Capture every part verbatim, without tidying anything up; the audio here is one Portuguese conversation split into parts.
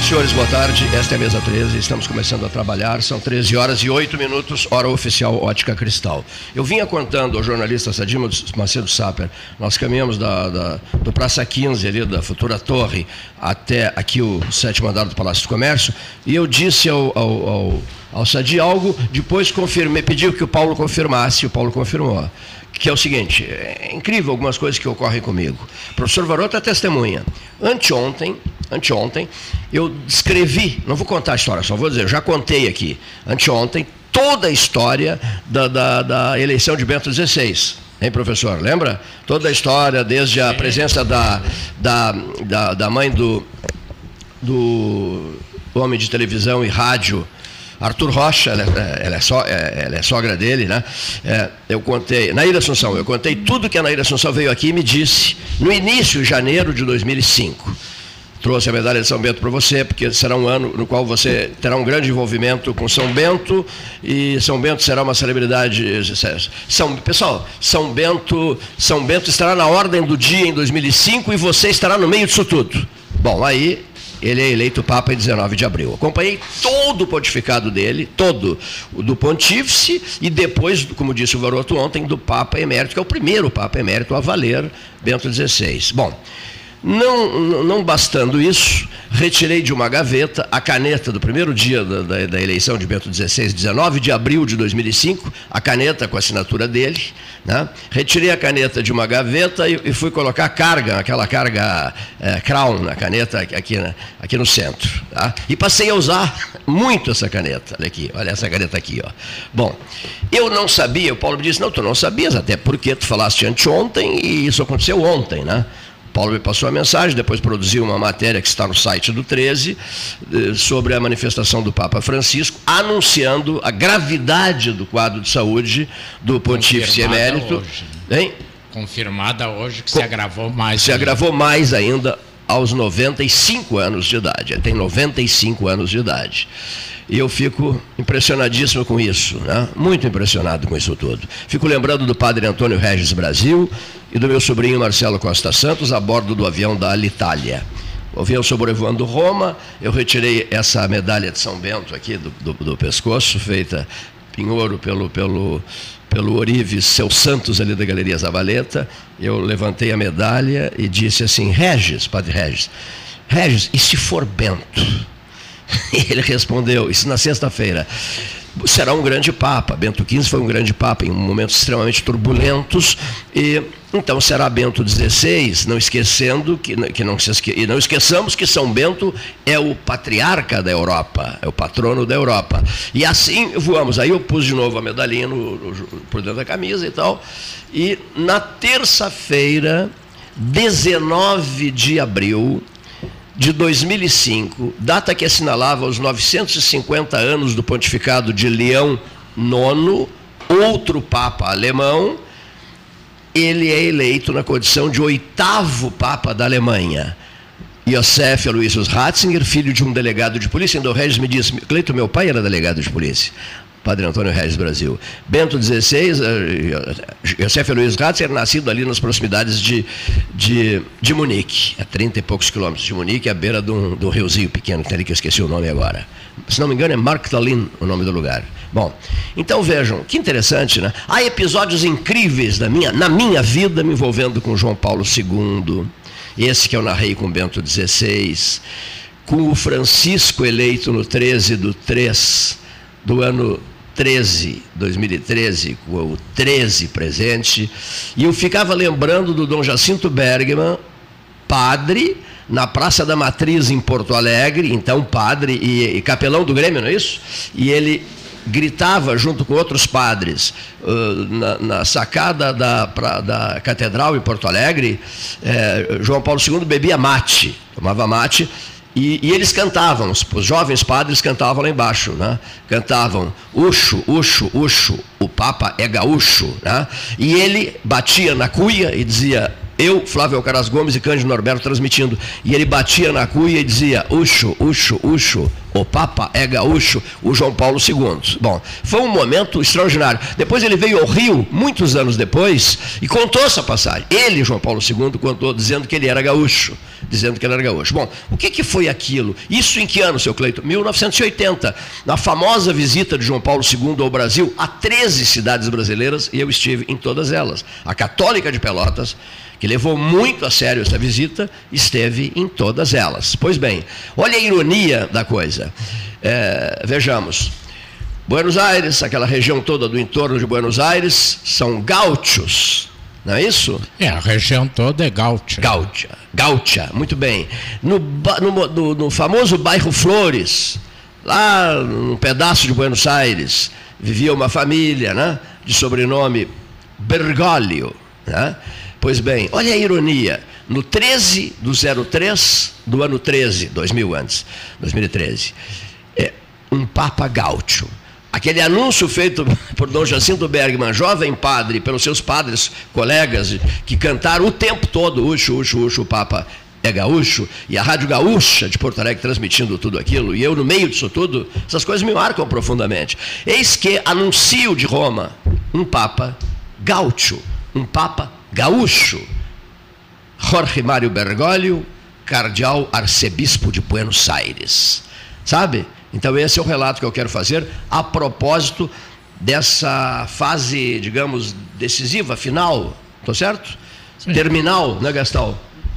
senhores, boa tarde. Esta é a mesa treze, estamos começando a trabalhar. São treze horas e oito minutos, hora oficial Ótica Cristal. Eu vinha contando ao jornalista Sadim Macedo Sapper, nós caminhamos da, da, do Praça quinze, ali da futura torre, até aqui o sétimo andar do Palácio do Comércio, e eu disse ao, ao, ao, ao Sadi algo, depois confirmei, pediu que o Paulo confirmasse, e o Paulo confirmou. Que é o seguinte, é incrível algumas coisas que ocorrem comigo. O professor Varoto é testemunha. Anteontem, anteontem, eu escrevi, não vou contar a história, só vou dizer, já contei aqui, anteontem, toda a história da, da, da eleição de Bento dezesseis. Hein, professor? Lembra? Toda a história, desde a presença da, da, da, da mãe do, do homem de televisão e rádio, Arthur Rocha, ela é, ela, é so, ela é sogra dele, né? É, eu contei, Naíra Assunção, eu contei tudo que a Naíra Assunção veio aqui e me disse, no início de janeiro de dois mil e cinco. Trouxe a medalha de São Bento para você, porque será um ano no qual você terá um grande envolvimento com São Bento, e São Bento será uma celebridade. São, pessoal, São Bento, São Bento estará na ordem do dia em dois mil e cinco e você estará no meio disso tudo. Bom, aí ele é eleito Papa em dezenove de abril. Acompanhei todo o pontificado dele, todo, o do Pontífice, e depois, como disse o Varoto ontem, do Papa Emérito, que é o primeiro Papa Emérito a valer, Bento dezesseis. Bom, não, não bastando isso, retirei de uma gaveta a caneta do primeiro dia da, da, da eleição de Bento dezesseis, dezenove de abril de dois mil e cinco, a caneta com a assinatura dele, né? Retirei a caneta de uma gaveta e, e fui colocar a carga, aquela carga é, Crown na caneta aqui, né, aqui no centro. Tá? E passei a usar muito essa caneta. Olha aqui, olha essa caneta aqui. Ó. Bom, eu não sabia, o Paulo me disse, não, tu não sabias, até porque tu falaste anteontem e isso aconteceu ontem, né? Paulo me passou a mensagem, depois produziu uma matéria que está no site do treze, sobre a manifestação do Papa Francisco, anunciando a gravidade do quadro de saúde do Pontífice Emérito. Hoje, né? Hein? Confirmada hoje que Com... se agravou mais. Se ainda. agravou mais ainda aos noventa e cinco anos de idade. Ele tem noventa e cinco anos de idade. E eu fico impressionadíssimo com isso, né? Muito impressionado com isso tudo. Fico lembrando do padre Antônio Regis Brasil e do meu sobrinho Marcelo Costa Santos a bordo do avião da Alitalia. O avião sobrevoando Roma, eu retirei essa medalha de São Bento aqui do, do, do pescoço, feita em ouro pelo, pelo, pelo Orives Seu Santos, ali da Galeria Zavaleta. Eu levantei a medalha e disse assim, Regis, padre Regis, Regis, e se for Bento? Ele respondeu, isso na sexta-feira, será um grande Papa. Bento quinze foi um grande Papa em momentos extremamente turbulentos, e então será Bento dezesseis, não esquecendo que, que não, se esque, e não esqueçamos que São Bento é o patriarca da Europa, é o patrono da Europa. E assim voamos. Aí eu pus de novo a medalhinha no, no, por dentro da camisa e tal, e na terça-feira, dezenove de abril de dois mil e cinco, data que assinalava os novecentos e cinquenta anos do pontificado de Leão nono, outro Papa alemão, ele é eleito na condição de oitavo Papa da Alemanha. Josef Aloysius Ratzinger, filho de um delegado de polícia. Então o Regis me disse, Cleito, meu pai era delegado de polícia. Padre Antônio Regis Brasil. Bento dezesseis, Josef Aloysius Ratzinger, nascido ali nas proximidades de, de, de Munique, a trinta e poucos quilômetros de Munique, à beira de um, de um riozinho pequeno, que tem ali que eu esqueci o nome agora. Se não me engano, é Marktalin o nome do lugar. Bom, então vejam, que interessante, né? Há episódios incríveis da minha, na minha vida me envolvendo com João Paulo segundo, esse que eu narrei com Bento dezesseis, com o Francisco eleito no treze do três do ano treze, dois mil e treze, com o treze presente, e eu ficava lembrando do Dom Jacinto Bergman, padre, na Praça da Matriz em Porto Alegre, então padre e, e capelão do Grêmio, não é isso? E ele gritava junto com outros padres uh, na, na sacada da, pra, da Catedral em Porto Alegre. eh, João Paulo segundo bebia mate, tomava mate, E, e eles cantavam, os, os jovens padres cantavam lá embaixo, né? Cantavam, Uxo, Uxo, Uxo, o Papa é gaúcho, né? E ele batia na cuia e dizia, eu, Flávio Alcaraz Gomes e Cândido Norberto transmitindo, e ele batia na cuia e dizia, Uxo, Uxo, Uxo, o Papa é gaúcho, o João Paulo segundo. Bom, foi um momento extraordinário. Depois ele veio ao Rio, muitos anos depois, e contou essa passagem. Ele, João Paulo segundo, contou dizendo que ele era gaúcho. dizendo que ele era gaúcho. Bom, o que, que foi aquilo? Isso em que ano, seu Cleiton? mil novecentos e oitenta, na famosa visita de João Paulo segundo ao Brasil, a treze cidades brasileiras, e eu estive em todas elas. A Católica de Pelotas, que levou muito a sério essa visita, esteve em todas elas. Pois bem, olha a ironia da coisa. É, vejamos, Buenos Aires, aquela região toda do entorno de Buenos Aires, são gaúchos, não é isso? É, a região toda é gaúcha. Gaúcha, gaúcha, muito bem. No, no, no, no famoso bairro Flores, lá num pedaço de Buenos Aires, vivia uma família, né, de sobrenome Bergoglio, né? Pois bem, olha a ironia, no treze do zero três do ano treze, dois mil antes, dois mil e treze, é, um Papa gaúcho. Aquele anúncio feito por Dom Jacinto Bergman, jovem padre, pelos seus padres, colegas, que cantaram o tempo todo, uxo, uxo, uxo, o Papa é gaúcho, e a Rádio Gaúcha de Porto Alegre transmitindo tudo aquilo, e eu no meio disso tudo, essas coisas me marcam profundamente. Eis que anuncio de Roma um Papa gaúcho, um Papa gaúcho, Jorge Mário Bergoglio, cardeal arcebispo de Buenos Aires. Sabe? Então esse é o relato que eu quero fazer a propósito dessa fase, digamos, decisiva, final, estou certo? Sim. Terminal, né, Gastão?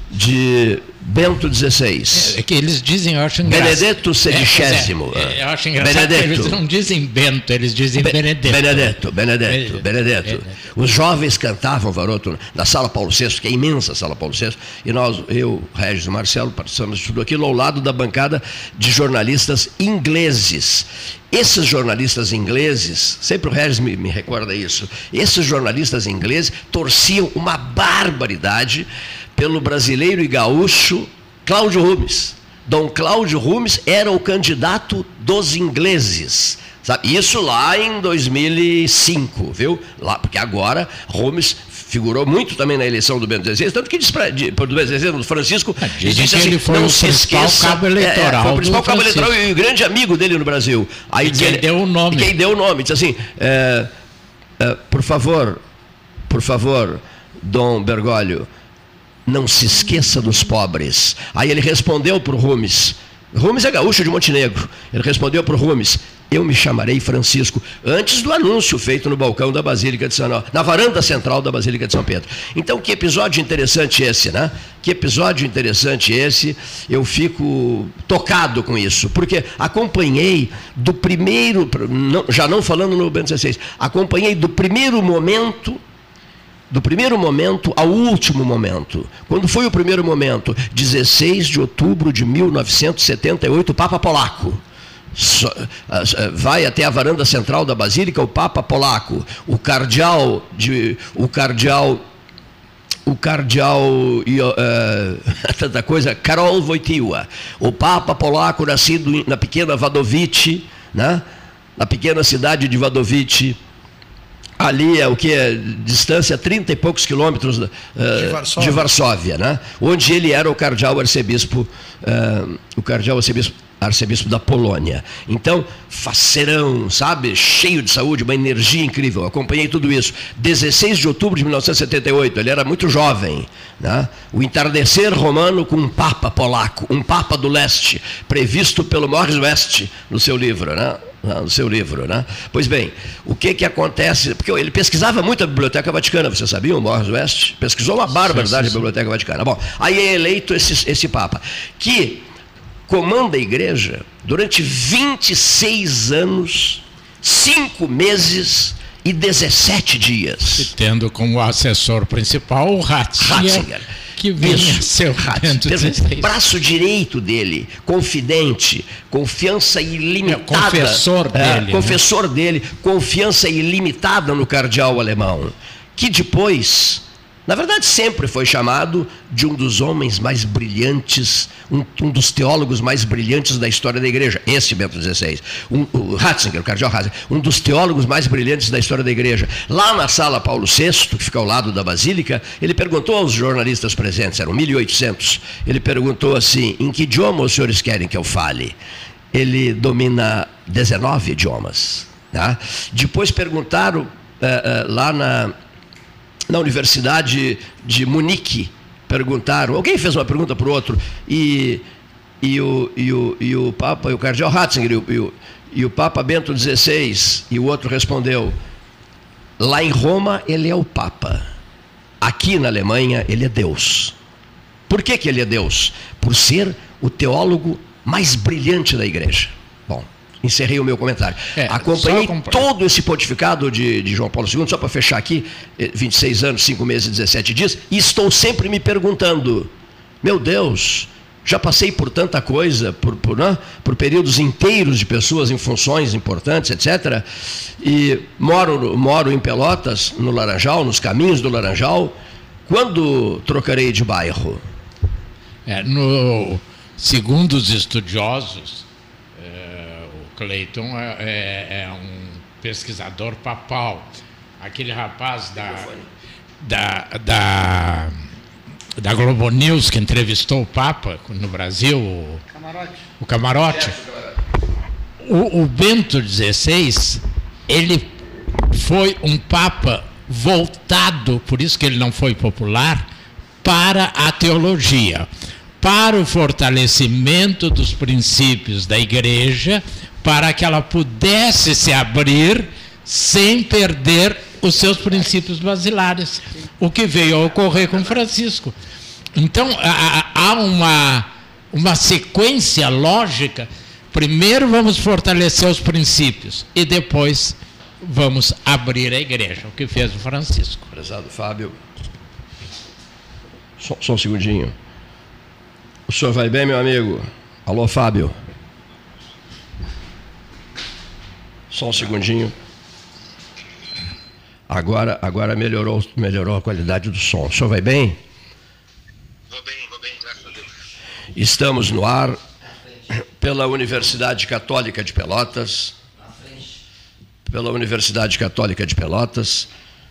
De Bento dezesseis. É, é que eles dizem, eu acho engraçado. Benedetto sedicésimo. É, é, eu acho engraçado Benedetto. que eles não dizem Bento, eles dizem Be Benedetto. Benedetto, Benedetto, Benedetto. Benedetto. Os jovens cantavam, Varoto, na Sala Paulo sexto, que é a imensa Sala Paulo sexto, e nós, eu, Regis e Marcelo, participamos de tudo aquilo ao lado da bancada de jornalistas ingleses. Esses jornalistas ingleses, sempre o Regis me, me recorda isso, esses jornalistas ingleses torciam uma barbaridade pelo brasileiro e gaúcho Cláudio Rumes. Dom Cláudio Rumes era o candidato dos ingleses. Sabe? Isso lá em dois mil e cinco, viu? Lá, porque agora Rumes figurou muito também na eleição do Bento dezesseis, tanto que disse para o Bento dezesseis, do Francisco, disse disse assim, ele foi não o se principal esqueça, cabo eleitoral. É, foi o principal cabo Francisco. eleitoral e o grande amigo dele no Brasil. Aí e quem ele, deu o nome. Quem deu o nome, disse assim, é, é, por favor, por favor, Dom Bergoglio, não se esqueça dos pobres. Aí ele respondeu para o Rumes, Rumes é gaúcho de Montenegro, ele respondeu para o Rumes, eu me chamarei Francisco, antes do anúncio feito no balcão da Basílica de São Pedro, na varanda central da Basílica de São Pedro. Então, que episódio interessante esse, né? Que episódio interessante esse, eu fico tocado com isso, porque acompanhei do primeiro, não, já não falando no Bento dezesseis, acompanhei do primeiro momento, do primeiro momento ao último momento. Quando foi o primeiro momento? dezesseis de outubro de mil novecentos e setenta e oito, o Papa Polaco. Vai até a varanda central da Basílica o Papa Polaco, o cardeal, de, o cardeal, o cardeal, uh, tanta coisa, Karol Wojtyła, o Papa Polaco nascido na pequena Wadowice, né? Na pequena cidade de Wadowice. Ali é o que é distância, trinta e poucos quilômetros uh, de Varsóvia, de Varsóvia, né? Onde ele era o cardeal arcebispo, uh, o cardeal arcebispo, arcebispo da Polônia. Então, faceirão, sabe? Cheio de saúde, uma energia incrível. Acompanhei tudo isso. dezesseis de outubro de mil novecentos e setenta e oito, ele era muito jovem, né? O entardecer romano com um papa polaco, um papa do leste, previsto pelo Morris West no seu livro, né? No seu livro, né? Pois bem, o que que acontece? Porque ele pesquisava muito a Biblioteca Vaticana, você sabia? O Morris West pesquisou uma barbaridade a Biblioteca Vaticana. Bom, aí é eleito esse, esse Papa, que comanda a igreja durante vinte e seis anos, cinco meses e dezessete dias. E tendo como assessor principal o Ratzinger. Ratzinger. Que vinha seu braço direito dele, confidente, confiança ilimitada. É, confessor é, dele. Confessor né? dele, confiança ilimitada no cardeal alemão, que depois, na verdade sempre foi chamado de um dos homens mais brilhantes, um, um dos teólogos mais brilhantes da história da igreja, esse Bento dezesseis, um, o Ratzinger, o cardeal Ratzinger, um dos teólogos mais brilhantes da história da igreja. Lá na Sala Paulo sexto, que fica ao lado da Basílica, ele perguntou aos jornalistas presentes, eram mil e oitocentos, ele perguntou assim, em que idioma os senhores querem que eu fale? Ele domina dezenove idiomas. Tá? Depois perguntaram uh, uh, lá na... na Universidade de Munique, perguntaram, alguém fez uma pergunta para o outro, e, e, o, e, o, e o Papa, e o Cardeal Ratzinger, e o, e, o, e o Papa Bento dezesseis, e o outro respondeu, lá em Roma ele é o Papa, aqui na Alemanha ele é Deus. Por que que ele é Deus? Por ser o teólogo mais brilhante da igreja. Bom, encerrei o meu comentário. É, Acompanhei todo esse pontificado de, de João Paulo segundo, só para fechar aqui, vinte e seis anos, cinco meses e dezessete dias, e estou sempre me perguntando, meu Deus, já passei por tanta coisa, por, por, né, por períodos inteiros de pessoas em funções importantes, etcétera. E moro, moro em Pelotas, no Laranjal, nos caminhos do Laranjal. Quando trocarei de bairro? É, no, segundo os estudiosos, é, o Clayton é, é, é um pesquisador papal. Aquele rapaz da, da, da, da Globo News que entrevistou o Papa no Brasil, o Camarote. O, Camarote. o, o Bento dezesseis, ele foi um Papa voltado, por isso que ele não foi popular, para a teologia, para o fortalecimento dos princípios da igreja, para que ela pudesse se abrir sem perder os seus princípios basilares, o que veio a ocorrer com Francisco. Então, há uma, uma sequência lógica. Primeiro vamos fortalecer os princípios e depois vamos abrir a igreja, o que fez o Francisco. Prezado Fábio, só, só um segundinho. O senhor vai bem, meu amigo? Alô, Fábio? Só um segundinho. Agora, agora melhorou, melhorou a qualidade do som. O senhor vai bem? Vou bem, vou bem, graças a Deus. Estamos no ar pela Universidade Católica de Pelotas, pela Universidade Católica de Pelotas,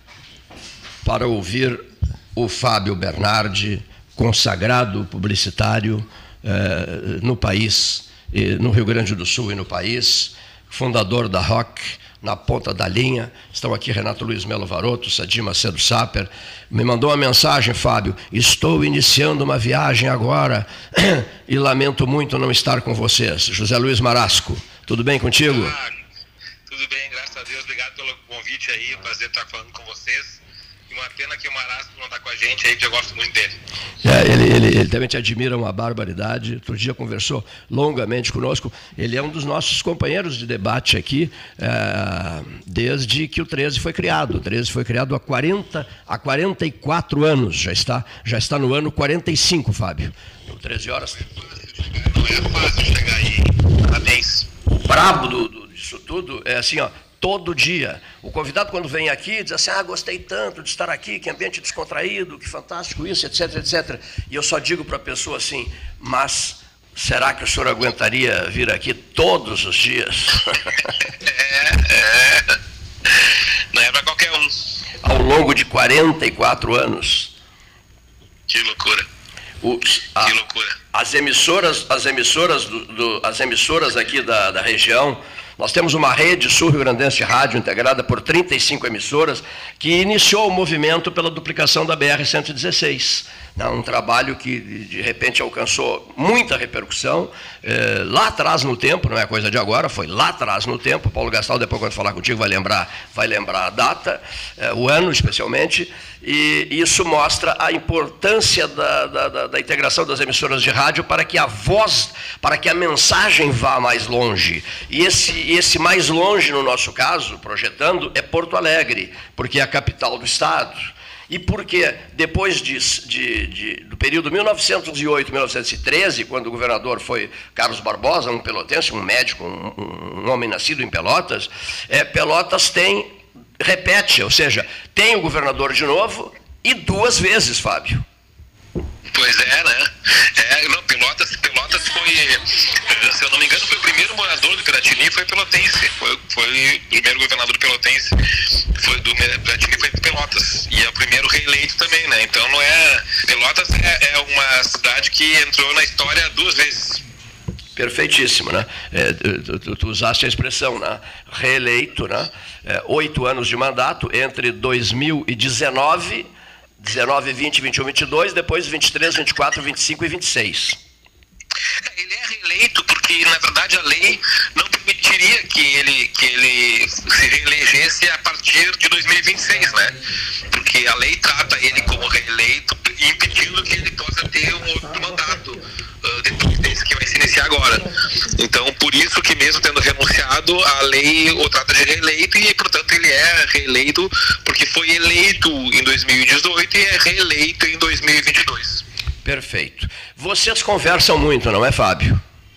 para ouvir o Fábio Bernardi, consagrado publicitário eh, no país, eh, no Rio Grande do Sul e no país, fundador da R O C, na ponta da linha. Estão aqui Renato Luiz Melo Varoto, Sadi Macedo Saper. Me mandou uma mensagem, Fábio, estou iniciando uma viagem agora e lamento muito não estar com vocês. José Luiz Marasco, tudo bem contigo? Ah, tudo bem, graças a Deus, obrigado pelo convite aí, prazer estar falando com vocês. E uma pena que o Marasco não está com a gente aí, que eu gosto muito dele. É, ele, ele, ele também te admira uma barbaridade. Outro dia conversou longamente conosco. Ele é um dos nossos companheiros de debate aqui, é, desde que o treze foi criado. O treze foi criado há, quarenta, há quarenta e quatro anos. Já está, já está no ano quarenta e cinco, Fábio. Então, treze horas. Não é fácil chegar aí. Parabéns. O brabo do, do, disso tudo é assim, ó. Todo dia. O convidado, quando vem aqui, diz assim, ah, gostei tanto de estar aqui, que ambiente descontraído, que fantástico isso, etc, etcétera. E eu só digo para a pessoa assim, mas será que o senhor aguentaria vir aqui todos os dias? É, é. Não é para qualquer um. Ao longo de quarenta e quatro anos. Que loucura. Os, a, que loucura. As emissoras, as emissoras, do, do, as emissoras aqui da, da região. Nós temos uma rede sul-rio-grandense de rádio integrada por trinta e cinco emissoras que iniciou o movimento pela duplicação da B R cento e dezesseis. Um trabalho que, de repente, alcançou muita repercussão. É, lá atrás no tempo, não é coisa de agora, foi lá atrás no tempo. Paulo Gastal, depois, quando falar contigo, vai lembrar, vai lembrar a data, é, o ano especialmente. E isso mostra a importância da, da, da, da integração das emissoras de rádio para que a voz, para que a mensagem vá mais longe. E esse, esse mais longe, no nosso caso, projetando, é Porto Alegre, porque é a capital do estado. E porque depois de, de, de, do período mil novecentos e oito a mil novecentos e treze, quando o governador foi Carlos Barbosa, um pelotense, um médico, um, um homem nascido em Pelotas, é, Pelotas tem, repete, ou seja, tem o governador de novo e duas vezes, Fábio. Pois é, né? É, não, Pelotas, Pelotas foi, se eu não me engano, foi o primeiro morador do Piratini, foi pelotense, foi, foi o primeiro governador pelotense, foi do Piratini, foi de Pelotas, e é o primeiro reeleito também, né? Então não é, Pelotas é, é uma cidade que entrou na história duas vezes. Perfeitíssimo, né? É, tu, tu, tu usaste a expressão, né? Reeleito, né? É, oito anos de mandato, entre dois mil e dezenove, dezenove, vinte, vinte e um, vinte e dois, depois vinte e três, vinte e quatro, vinte e cinco e vinte e seis. Ele é reeleito porque, na verdade, a lei não permitiria que ele, que ele se reelegesse a partir de dois mil e vinte e seis, né? Porque a lei trata ele como reeleito, impedindo que ele possa ter um outro mandato uh, depois desse que vai se iniciar agora. Então, por isso que mesmo tendo renunciado, a lei o trata de reeleito e, portanto, ele é reeleito porque foi eleito em dois mil e dezoito e é reeleito em dois mil e vinte e dois. Perfeito. Vocês conversam muito, não é, Fábio?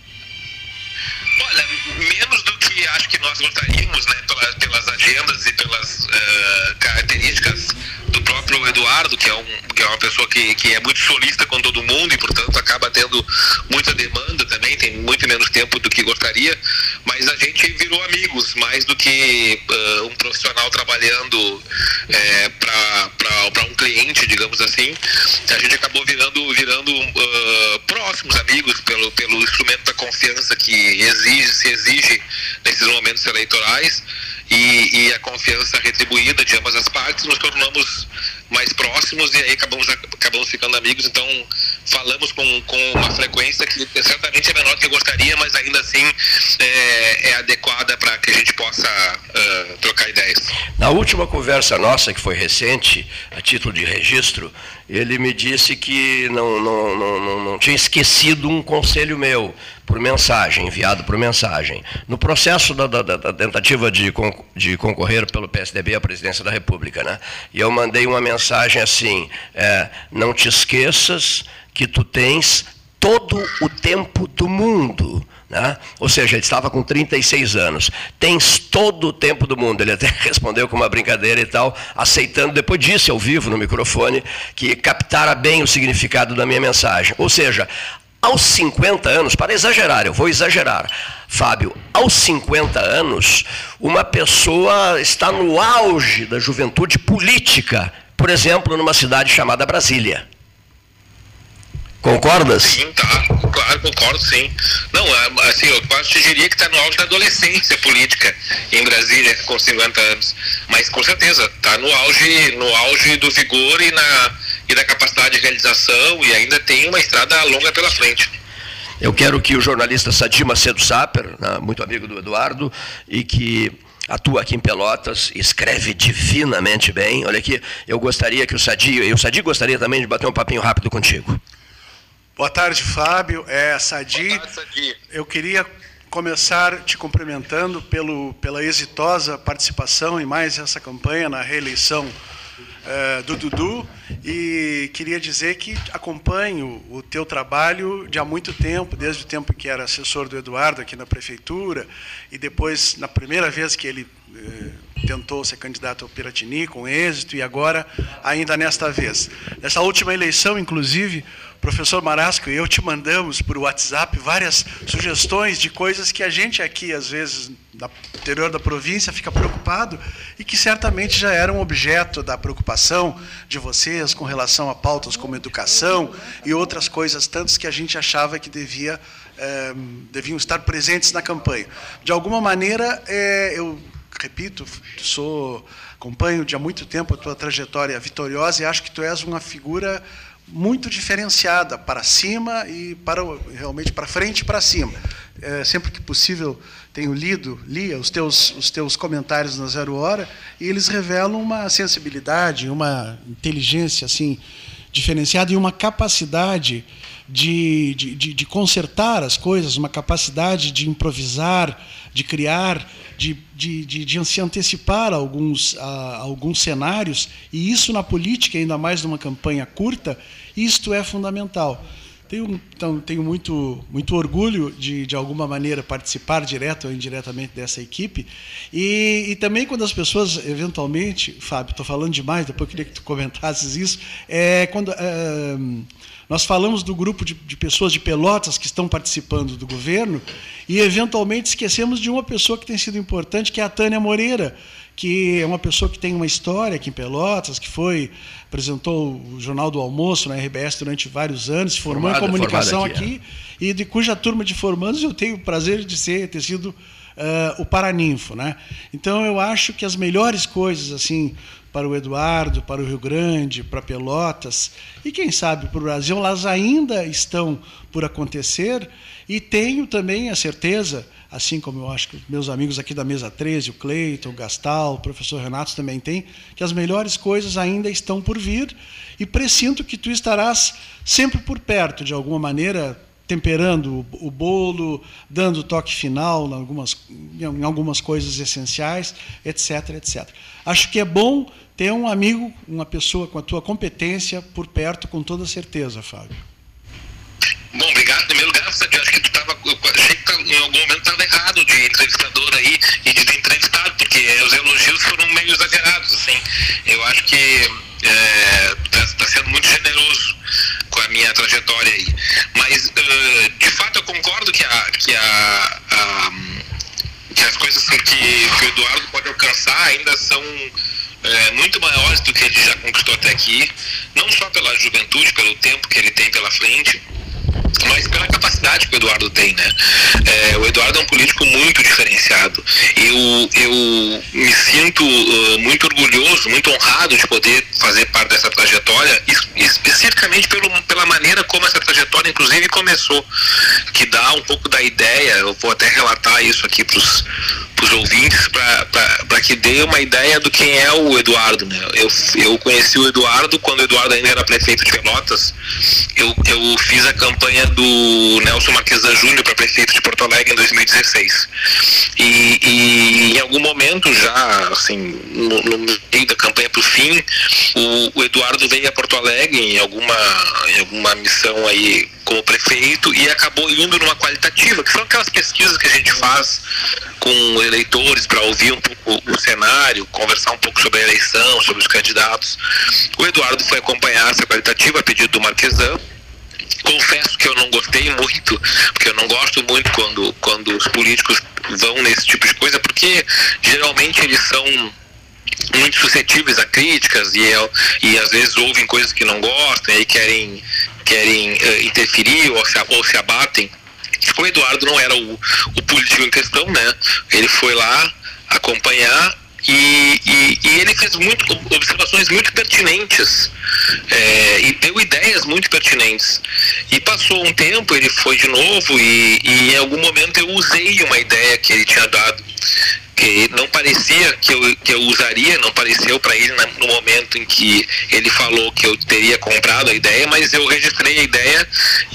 Olha, menos do que acho que nós gostaríamos, né, pelas, pelas agendas e pelas uh, características do próprio Eduardo, que é, um, que é uma pessoa que, que é muito solista com todo mundo e, portanto, acaba tendo muita demanda também, tem muito menos tempo do que gostaria, mas a gente virou amigos, mais do que uh, um profissional trabalhando é, para um cliente, digamos assim. A gente acabou virando, virando uh, próximos amigos pelo, pelo instrumento da confiança que exige, se exige nesses momentos eleitorais. E, e a confiança retribuída de ambas as partes, nos tornamos mais próximos e aí acabamos, acabamos ficando amigos. Então falamos com, com uma frequência que certamente é menor do que eu gostaria, mas ainda assim é, é adequada para que a gente possa uh, trocar ideias. Na última conversa nossa, que foi recente, a título de registro, ele me disse que não, não, não, não, não tinha esquecido um conselho meu, por mensagem, enviado por mensagem. No processo da, da, da tentativa de, de concorrer pelo P S D B à presidência da República, né? E eu mandei uma mensagem assim, é, não te esqueças que tu tens todo o tempo do mundo. Né? Ou seja, ele estava com trinta e seis anos. Tens todo o tempo do mundo. Ele até respondeu com uma brincadeira e tal, aceitando, depois disse ao vivo no microfone, que captara bem o significado da minha mensagem. Ou seja, aos cinquenta anos, para exagerar, eu vou exagerar, Fábio, aos cinquenta anos, uma pessoa está no auge da juventude política, por exemplo, numa cidade chamada Brasília. Concordas? Sim, tá, claro, concordo, sim. Não, assim, eu quase te diria que está no auge da adolescência política em Brasília, com cinquenta anos. Mas, com certeza, está no auge, no auge do vigor e, na, e da capacidade de realização, e ainda tem uma estrada longa pela frente. Eu quero que o jornalista Sadi Macedo Saper, né, muito amigo do Eduardo, e que atua aqui em Pelotas, escreve divinamente bem. Olha aqui, eu gostaria que o Sadi, e o Sadi gostaria também de bater um papinho rápido contigo. Boa tarde, Fábio. É, Sadi, Boa tarde, Sadi. Eu queria começar te cumprimentando pelo, pela exitosa participação em mais essa campanha na reeleição uh, do Dudu, e queria dizer que acompanho o teu trabalho de há muito tempo, desde o tempo que era assessor do Eduardo aqui na prefeitura, e depois, na primeira vez que ele uh, tentou ser candidato ao Piratini, com êxito, e agora ainda nesta vez. Nessa última eleição, inclusive, professor Marasco e eu te mandamos por WhatsApp várias sugestões de coisas que a gente aqui, às vezes, no interior da província, fica preocupado e que certamente já eram objeto da preocupação de vocês com relação a pautas como educação e outras coisas tantas que a gente achava que devia, eh, deviam estar presentes na campanha. De alguma maneira, eh, eu repito, sou, acompanho de há muito tempo a tua trajetória vitoriosa e acho que tu és uma figura muito diferenciada para cima e para realmente para frente e para cima. É, sempre que possível tenho lido, lia os teus, os teus comentários na Zero Hora e eles revelam uma sensibilidade, uma inteligência assim diferenciada e uma capacidade de, de, de, de consertar as coisas, uma capacidade de improvisar, de criar, de, de, de, de se antecipar a alguns, a, alguns cenários, e isso na política, ainda mais numa campanha curta, isto é fundamental. Tenho, então, tenho muito, muito orgulho de, de alguma maneira, participar direto ou indiretamente dessa equipe, e, e também quando as pessoas, eventualmente, Fábio, estou falando demais, depois eu queria que tu comentasses isso, é, quando... É, nós falamos do grupo de, de pessoas de Pelotas que estão participando do governo e, eventualmente, esquecemos de uma pessoa que tem sido importante, que é a Tânia Moreira, que é uma pessoa que tem uma história aqui em Pelotas, que foi, apresentou o Jornal do Almoço na R B S durante vários anos, se formou formada, em comunicação aqui, aqui é. E de cuja turma de formandos eu tenho o prazer de ser, ter sido uh, o Paraninfo, né? Então, eu acho que as melhores coisas, assim, para o Eduardo, para o Rio Grande, para Pelotas, e quem sabe para o Brasil, elas ainda estão por acontecer, e tenho também a certeza, assim como eu acho que meus amigos aqui da mesa treze, o Cleiton, o Gastal, o professor Renato também tem, que as melhores coisas ainda estão por vir, e pressinto que tu estarás sempre por perto, de alguma maneira, temperando o bolo, dando o toque final em algumas, em algumas coisas essenciais, etc, etcétera. Acho que é bom ter um amigo, uma pessoa com a tua competência por perto, com toda certeza, Fábio. Bom, obrigado. Em primeiro lugar, eu acho que tu estava, achei que em algum momento estava errado de entrevistador aí e de entrevistado, porque os elogios foram meio exagerados, assim. Eu acho que está é, tá sendo muito generoso com a minha trajetória aí. Mas, uh, de fato, eu concordo que, a, que, a, a, que as coisas que, que o Eduardo pode alcançar ainda são é, muito maiores do que ele já conquistou até aqui, não só pela juventude, pelo tempo que ele tem pela frente, mas pela capacidade que o Eduardo tem, né? É, o Eduardo é um político muito diferenciado. Eu, eu me sinto uh, muito orgulhoso, muito honrado de poder fazer parte dessa trajetória, especificamente pelo, pela maneira como essa trajetória, inclusive, começou, que dá um pouco da ideia, eu vou até relatar isso aqui para os ouvintes, para que dê uma ideia do quem é o Eduardo, né? Eu, eu conheci o Eduardo quando o Eduardo ainda era prefeito de Pelotas. Eu, eu fiz a campanha do Nelson Marquesan Júnior para prefeito de Porto Alegre em dois mil e dezesseis. E, e em algum momento já, assim, no, no meio da campanha para o fim, o, o Eduardo veio a Porto Alegre em alguma, em alguma missão aí como prefeito e acabou indo numa qualitativa, que são aquelas pesquisas que a gente faz com eleitores para ouvir um pouco o cenário, conversar um pouco sobre a eleição, sobre os candidatos. O Eduardo foi acompanhar essa qualitativa a pedido do Marquesan. Confesso que eu não gostei muito, porque eu não gosto muito quando, quando os políticos vão nesse tipo de coisa, porque geralmente eles são muito suscetíveis a críticas e, e às vezes ouvem coisas que não gostam e aí querem, querem uh, interferir ou se, ou se abatem. O Eduardo não era o, o político em questão, né? Ele foi lá acompanhar e, e, e ele fez muito, observações muito pertinentes é, e deu ideias muito pertinentes. E passou um tempo, ele foi de novo e, e em algum momento eu usei uma ideia que ele tinha dado, que não parecia que eu, que eu usaria, não pareceu para ele no momento em que ele falou que eu teria comprado a ideia, mas eu registrei a ideia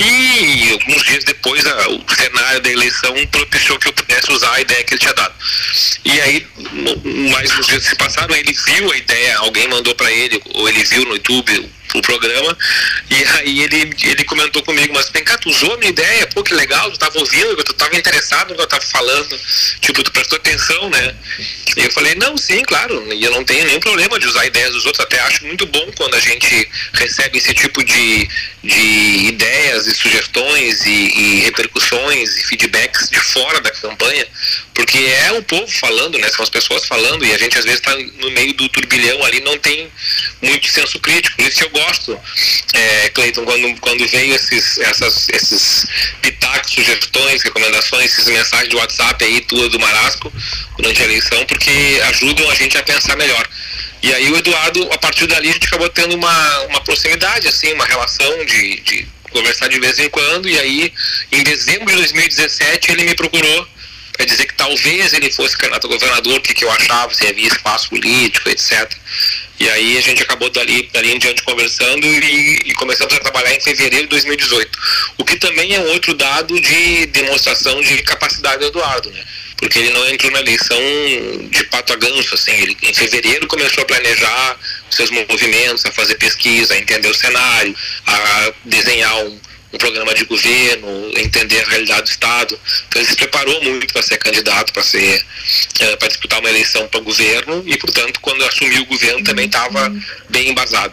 e alguns dias depois a, o cenário da eleição propiciou que eu pudesse usar a ideia que ele tinha dado. E aí, mais uns dias se passaram, ele viu a ideia, alguém mandou para ele, ou ele viu no YouTube o programa, e aí ele, ele comentou comigo, mas vem cá, tu usou a minha ideia, pô, que legal, tu tava ouvindo, tu tava interessado no que eu tava falando, tipo, tu prestou atenção, né? E eu falei, não, sim, claro, e eu não tenho nenhum problema de usar ideias dos outros, até acho muito bom quando a gente recebe esse tipo de, de ideias e sugestões e, e repercussões e feedbacks de fora da campanha, porque é o povo falando, né? São as pessoas falando, e a gente às vezes está no meio do turbilhão ali, não tem muito senso crítico. Por isso que eu gosto, é, Cleiton, quando, quando veio esses, essas, esses pitacos, sugestões, recomendações, essas mensagens de WhatsApp aí, tua do Marasco, durante a eleição, porque ajudam a gente a pensar melhor. E aí o Eduardo, a partir dali, a gente acabou tendo uma, uma proximidade, assim, uma relação de, de conversar de vez em quando, e aí, em dezembro de dois mil e dezessete, ele me procurou para dizer que talvez ele fosse candidato a governador, o que, que eu achava, se havia espaço político, etcétera. E aí a gente acabou dali, dali em diante conversando e, e começamos a trabalhar em fevereiro de dois mil e dezoito. O que também é um outro dado de demonstração de capacidade do Eduardo, né? Porque ele não entrou na eleição de pato a ganso, assim. Ele, em fevereiro, começou a planejar seus movimentos, a fazer pesquisa, a entender o cenário, a desenhar um um programa de governo, entender a realidade do Estado. Então ele se preparou muito para ser candidato, para ser uh, para disputar uma eleição para o governo e, portanto, quando assumiu o governo também estava bem embasado.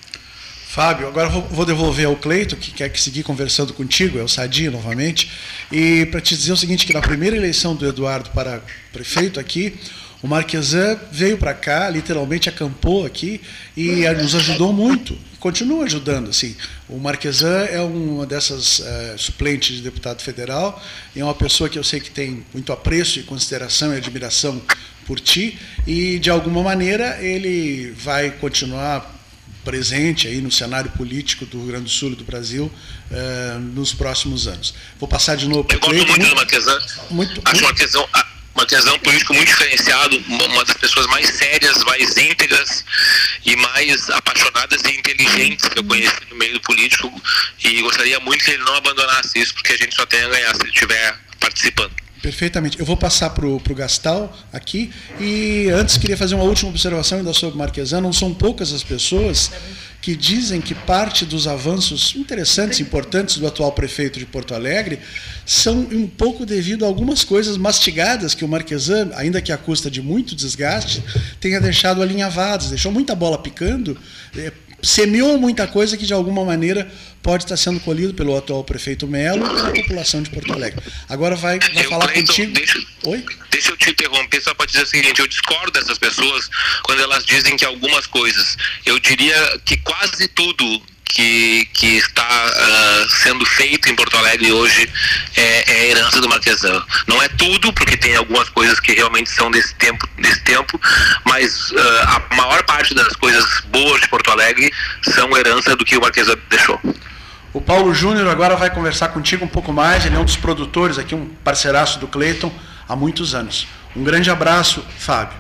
Fábio, agora vou devolver ao Cleiton, que quer seguir conversando contigo, é o Sadi novamente, e para te dizer o seguinte, que na primeira eleição do Eduardo para prefeito aqui, O Marquesan veio para cá, literalmente acampou aqui e nos ajudou muito. Continua ajudando, assim. O Marquesan é uma dessas uh, suplentes de deputado federal, e é uma pessoa que eu sei que tem muito apreço e consideração e admiração por ti, e de alguma maneira ele vai continuar presente aí no cenário político do Rio Grande do Sul e do Brasil uh, nos próximos anos. Vou passar de novo para o Cleiton. Eu gosto muito do Marquesan. Muito, Acho o Marquesan... Marquesan é um político muito diferenciado, uma das pessoas mais sérias, mais íntegras e mais apaixonadas e inteligentes que eu conheci no meio político, e gostaria muito que ele não abandonasse isso, porque a gente só tem a ganhar se ele estiver participando. Perfeitamente. Eu vou passar para o Gastal aqui, e antes queria fazer uma última observação ainda sobre Marquesan. Não são poucas as pessoas que dizem que parte dos avanços interessantes, importantes do atual prefeito de Porto Alegre são um pouco devido a algumas coisas mastigadas que o Marquesan, ainda que à custa de muito desgaste, tenha deixado alinhavadas, deixou muita bola picando, semeou muita coisa que de alguma maneira pode estar sendo colhido pelo atual prefeito Melo e pela população de Porto Alegre. Agora vai, vai eu, falar Cleiton, contigo. Deixa, Oi? deixa eu te interromper só para dizer o seguinte: eu discordo dessas pessoas quando elas dizem que algumas coisas. Eu diria que quase tudo que, que está uh, sendo feito em Porto Alegre hoje é, é herança do Marquesan. Não é tudo, porque tem algumas coisas que realmente são desse tempo, desse tempo, mas uh, a maior parte das coisas boas de Porto Alegre são herança do que o Marquesan deixou. O Paulo Júnior agora vai conversar contigo um pouco mais. Ele é um dos produtores aqui, um parceiraço do Cleiton há muitos anos. Um grande abraço, Fábio.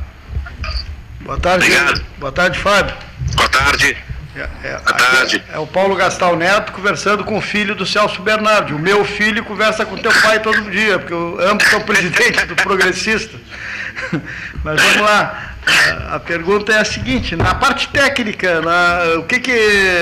Boa tarde. Obrigado. Boa tarde, Fábio. Boa tarde. É, é, Boa tarde. É, é o Paulo Gastal Neto conversando com o filho do Celso Bernardi. O meu filho conversa com o teu pai todo dia, porque eu, ambos são presidente do Progressista. Mas vamos lá. A, a pergunta é a seguinte: na parte técnica, na, o que que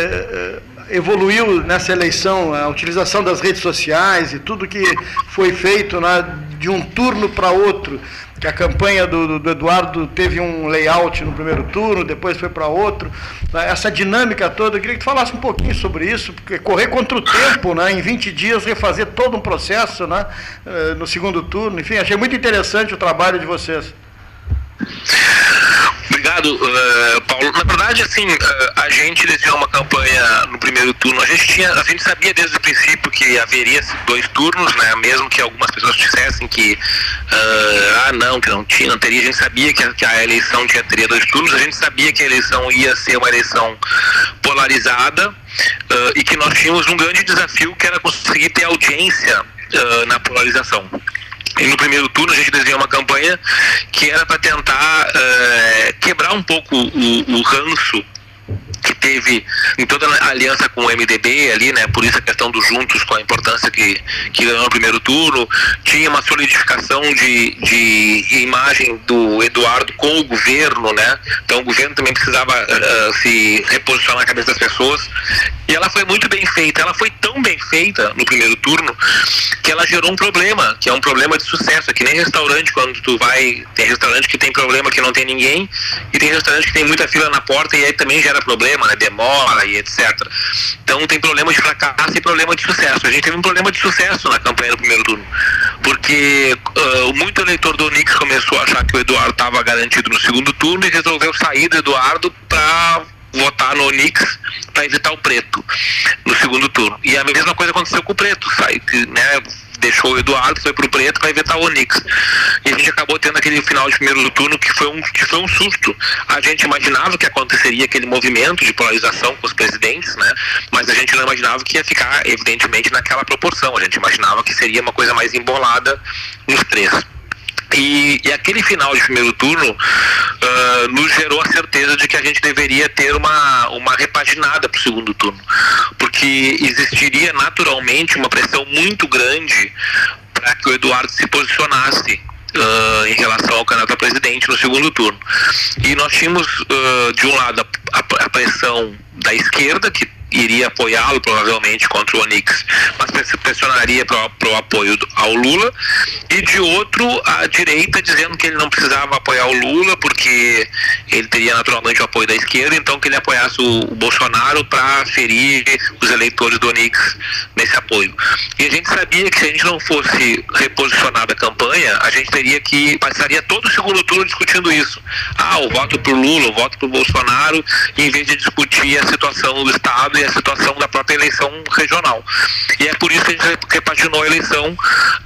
evoluiu nessa eleição, a utilização das redes sociais e tudo que foi feito, né, de um turno para outro, que a campanha do, do Eduardo teve um layout no primeiro turno, depois foi para outro, né, essa dinâmica toda. Eu queria que tu falasse um pouquinho sobre isso, porque correr contra o tempo, né, em vinte dias, refazer todo um processo, né, no segundo turno, enfim, achei muito interessante o trabalho de vocês. Obrigado, uh, Paulo. Na verdade, assim, uh, a gente desenhou uma campanha no primeiro turno. A gente tinha, a gente sabia desde o princípio que haveria dois turnos, né? Mesmo que algumas pessoas dissessem que uh, ah, não, que não tinha, não teria. A gente sabia que a, que a eleição tinha, teria dois turnos. A gente sabia que a eleição ia ser uma eleição polarizada, uh, e que nós tínhamos um grande desafio, que era conseguir ter audiência uh, na polarização. E no primeiro turno a gente desenhou uma campanha que era para tentar uh, quebrar um pouco o, o ranço que teve em toda a aliança com o M D B ali, né? Por isso a questão dos juntos, com a importância que, que ganhou no primeiro turno. Tinha uma solidificação de, de imagem do Eduardo com o governo, né? Então o governo também precisava uh, se reposicionar na cabeça das pessoas. E ela foi muito bem feita. Ela foi tão bem feita no primeiro turno que ela gerou um problema, que é um problema de sucesso. É que nem restaurante, quando tu vai... Tem restaurante que tem problema que não tem ninguém, e tem restaurante que tem muita fila na porta, e aí também gera problema, né? Demora e etcétera. Então tem problema de fracasso e problema de sucesso. A gente teve um problema de sucesso na campanha do primeiro turno, porque uh, muito eleitor do Onix começou a achar que o Eduardo estava garantido no segundo turno e resolveu sair do Eduardo para votar no Onix para evitar o preto no segundo turno. E a mesma coisa aconteceu com o preto, sai, né? Deixou o Eduardo, foi pro preto para evitar o Onix. E a gente acabou tendo aquele final de primeiro turno que foi um, que foi um susto. A gente imaginava que aconteceria aquele movimento de polarização com os presidentes, né? Mas a gente não imaginava que ia ficar, evidentemente, naquela proporção. A gente imaginava que seria uma coisa mais embolada nos três. E, e aquele final de primeiro turno uh, nos gerou a certeza de que a gente deveria ter uma, uma repaginada para o segundo turno, porque existiria naturalmente uma pressão muito grande para que o Eduardo se posicionasse Uh, em relação ao candidato a presidente no segundo turno. E nós tínhamos, uh, de um lado, a, a, a pressão da esquerda, que iria apoiá-lo provavelmente contra o Onix, mas pressionaria para o apoio ao Lula, e de outro a direita dizendo que ele não precisava apoiar o Lula porque ele teria naturalmente o apoio da esquerda, então que ele apoiasse o, o Bolsonaro para ferir os eleitores do Onix nesse apoio. E a gente sabia que se a gente não fosse reposicionar a campanha, a gente teria que passaria todo o segundo turno discutindo isso. Ah, o voto para o Lula, o voto para o Bolsonaro, em vez de discutir a situação do Estado e a situação da própria eleição regional. E é por isso que a gente repaginou a eleição,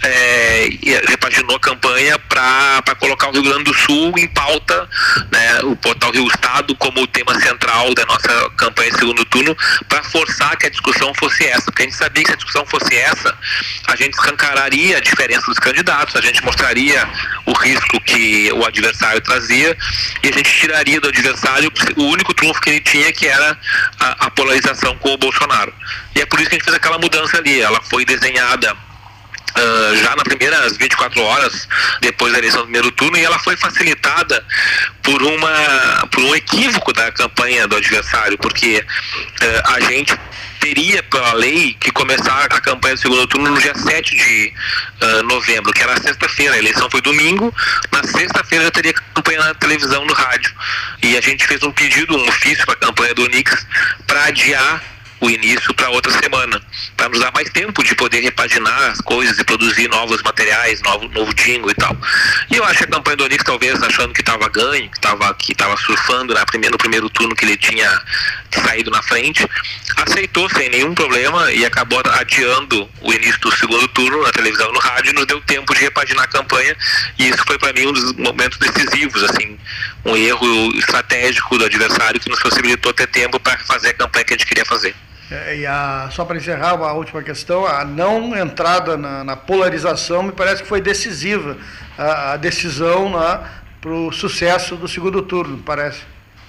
é, repaginou a campanha para colocar o Rio Grande do Sul em pauta, né, o portal Rio Estado como o tema central da nossa campanha de segundo turno, para forçar que a discussão fosse essa, porque a gente sabia que se a discussão fosse essa, a gente escancararia a diferença dos candidatos, a gente mostraria o risco que o adversário trazia e a gente tiraria do adversário o único trunfo que ele tinha, que era a, a polarização com o Bolsonaro. E é por isso que a gente fez aquela mudança ali. Ela foi desenhada Uh, já nas primeiras vinte e quatro horas depois da eleição do primeiro turno, e ela foi facilitada por, uma, por um equívoco da campanha do adversário, porque uh, a gente teria, pela lei, que começar a campanha do segundo turno no dia sete de uh, novembro, que era sexta-feira. A eleição foi domingo, na sexta-feira já teria campanha na televisão, no rádio, e a gente fez um pedido, um ofício para a campanha do Onix para adiar o início para outra semana, para nos dar mais tempo de poder repaginar as coisas e produzir novos materiais, novo, novo jingle e tal. E eu acho que a campanha do Onix, talvez achando que estava ganho, que estava que tava surfando na primeira, no primeiro turno que ele tinha saído na frente, aceitou sem nenhum problema e acabou adiando o início do segundo turno na televisão e no rádio, e nos deu tempo de repaginar a campanha, e isso foi para mim um dos momentos decisivos, assim, um erro estratégico do adversário que nos possibilitou ter tempo para fazer a campanha que a gente queria fazer. É, e a, só para encerrar, uma última questão, a não entrada na, na polarização me parece que foi decisiva, a, a decisão para o sucesso do segundo turno, parece.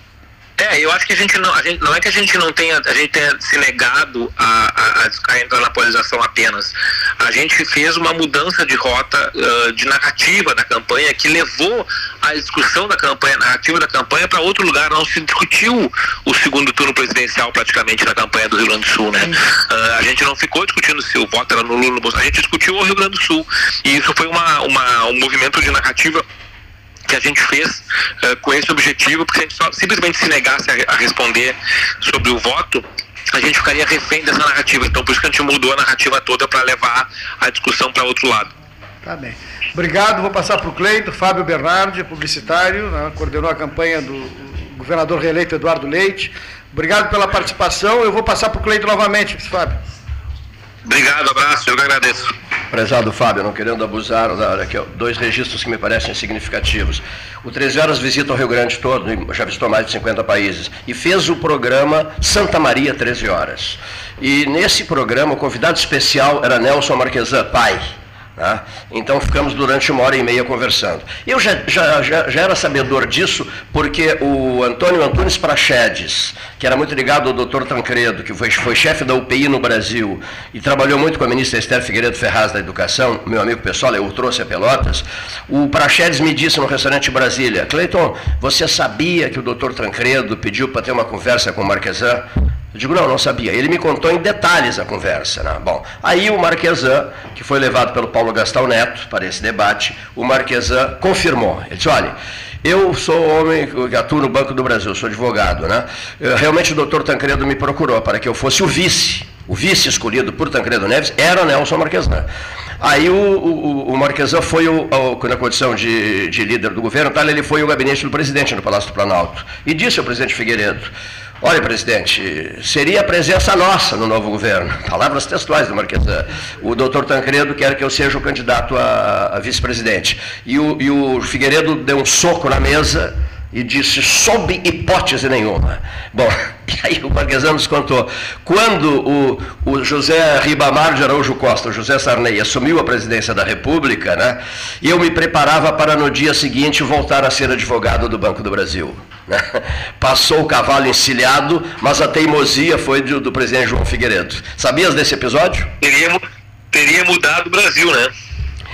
É, eu acho que a gente não, a gente, não é que a gente não tenha, a gente tenha se negado a, a, a entrar na polarização apenas. A gente fez uma mudança de rota, uh, de narrativa da campanha, que levou a discussão da campanha, a narrativa da campanha para outro lugar. Não se discutiu o segundo turno presidencial praticamente na campanha do Rio Grande do Sul, né? Uh, a gente não ficou discutindo se o voto era no Lula, no Bolsonaro, a gente discutiu o Rio Grande do Sul. E isso foi uma, uma, um movimento de narrativa que a gente fez uh, com esse objetivo, porque se a gente só, simplesmente se negasse a, a responder sobre o voto, a gente ficaria refém dessa narrativa. Então, por isso que a gente mudou a narrativa toda para levar a discussão para outro lado. Tá bem. Obrigado. Vou passar para o Cleito. Fábio Bernardi, publicitário, né, coordenou a campanha do governador reeleito Eduardo Leite. Obrigado pela participação. Eu vou passar para o Cleito novamente, Fábio. Obrigado, abraço, eu que agradeço. Prezado Fábio, não querendo abusar, olha aqui, ó, dois registros que me parecem significativos. O treze Horas visita o Rio Grande todo, já visitou mais de cinquenta países, e fez o programa Santa Maria treze Horas. E nesse programa, o convidado especial era Nelson Marquesan, pai. Né? Então ficamos durante uma hora e meia conversando. Eu já, já, já, já era sabedor disso, porque o Antônio Antunes Praxedes, que era muito ligado ao doutor Tancredo, que foi, foi chefe da U P I no Brasil e trabalhou muito com a ministra Esther Figueiredo Ferraz da Educação, meu amigo pessoal, eu o trouxe a Pelotas, o Praxedes me disse no restaurante em Brasília: Cleiton, você sabia que o doutor Tancredo pediu para ter uma conversa com o Marquesan? Eu digo, não, não sabia. Ele me contou em detalhes a conversa. Né? Bom, aí o Marquesan, que foi levado pelo Paulo Gastão Neto para esse debate, o Marquesan confirmou. Ele disse, olha, eu sou homem que atuo no Banco do Brasil, sou advogado, né? Eu, realmente o doutor Tancredo me procurou para que eu fosse o vice. O vice escolhido por Tancredo Neves era Nelson Marquesan. Aí o, o, o Marquesan foi, o, o, na condição de, de líder do governo, tal, ele foi ao gabinete do presidente no Palácio do Planalto e disse ao presidente Figueiredo: olha, presidente, seria a presença nossa no novo governo. Palavras textuais do Marquesan. O doutor Tancredo quer que eu seja o candidato a, a vice-presidente. E o, e o Figueiredo deu um soco na mesa e disse, sob hipótese nenhuma. Bom, e aí o Marquesan nos contou, quando o, o José Ribamar de Araújo Costa, o José Sarney, assumiu a presidência da República, né, eu me preparava para no dia seguinte voltar a ser advogado do Banco do Brasil. Né? Passou o cavalo encilhado, mas a teimosia foi do, do presidente João Figueiredo. Sabias desse episódio? Teria, teria mudado o Brasil, né?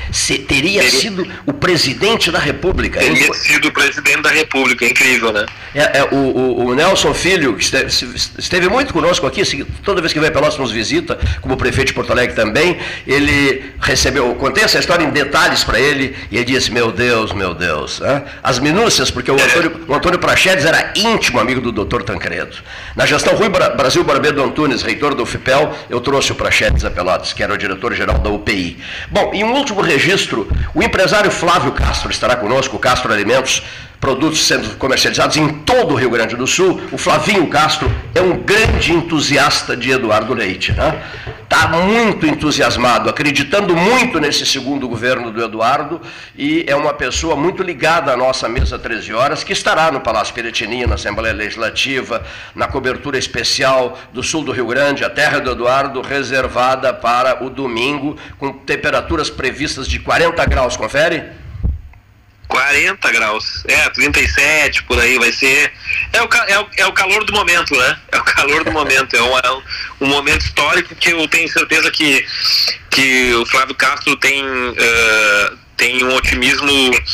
se, teria, teria sido o presidente da República. Teria sido o presidente da República, incrível, né? É, é, o, o, o Nelson Filho, que esteve, esteve muito conosco aqui, toda vez que vem para nós nos visita, como prefeito de Porto Alegre também, ele recebeu, eu contei essa história em detalhes para ele, e ele disse, meu Deus, meu Deus, né? As minúcias, porque o Antônio, o Antônio Praxedes era íntimo amigo do doutor Tancredo. Na gestão Rui Brasil Barbeiro Antunes, reitor do U F P E L, eu trouxe o Praxedes a Pelotas, que era o diretor-geral da U P I. Bom, em um último registro, o empresário Flávio Castro estará conosco, o Castro Alimentos, produtos sendo comercializados em todo o Rio Grande do Sul. O Flavinho Castro é um grande entusiasta de Eduardo Leite, né? Está muito entusiasmado, acreditando muito nesse segundo governo do Eduardo, e é uma pessoa muito ligada à nossa mesa treze horas, que estará no Palácio Piratini, na Assembleia Legislativa, na cobertura especial do sul do Rio Grande, a terra do Eduardo, reservada para o domingo, com temperaturas previstas de quarenta graus, confere? quarenta graus, é, trinta e sete, por aí vai ser, é o, é o, é o calor do momento, né, é o calor do momento, é um, é um momento histórico que eu tenho certeza que, que o Flávio Castro tem, uh, tem um otimismo,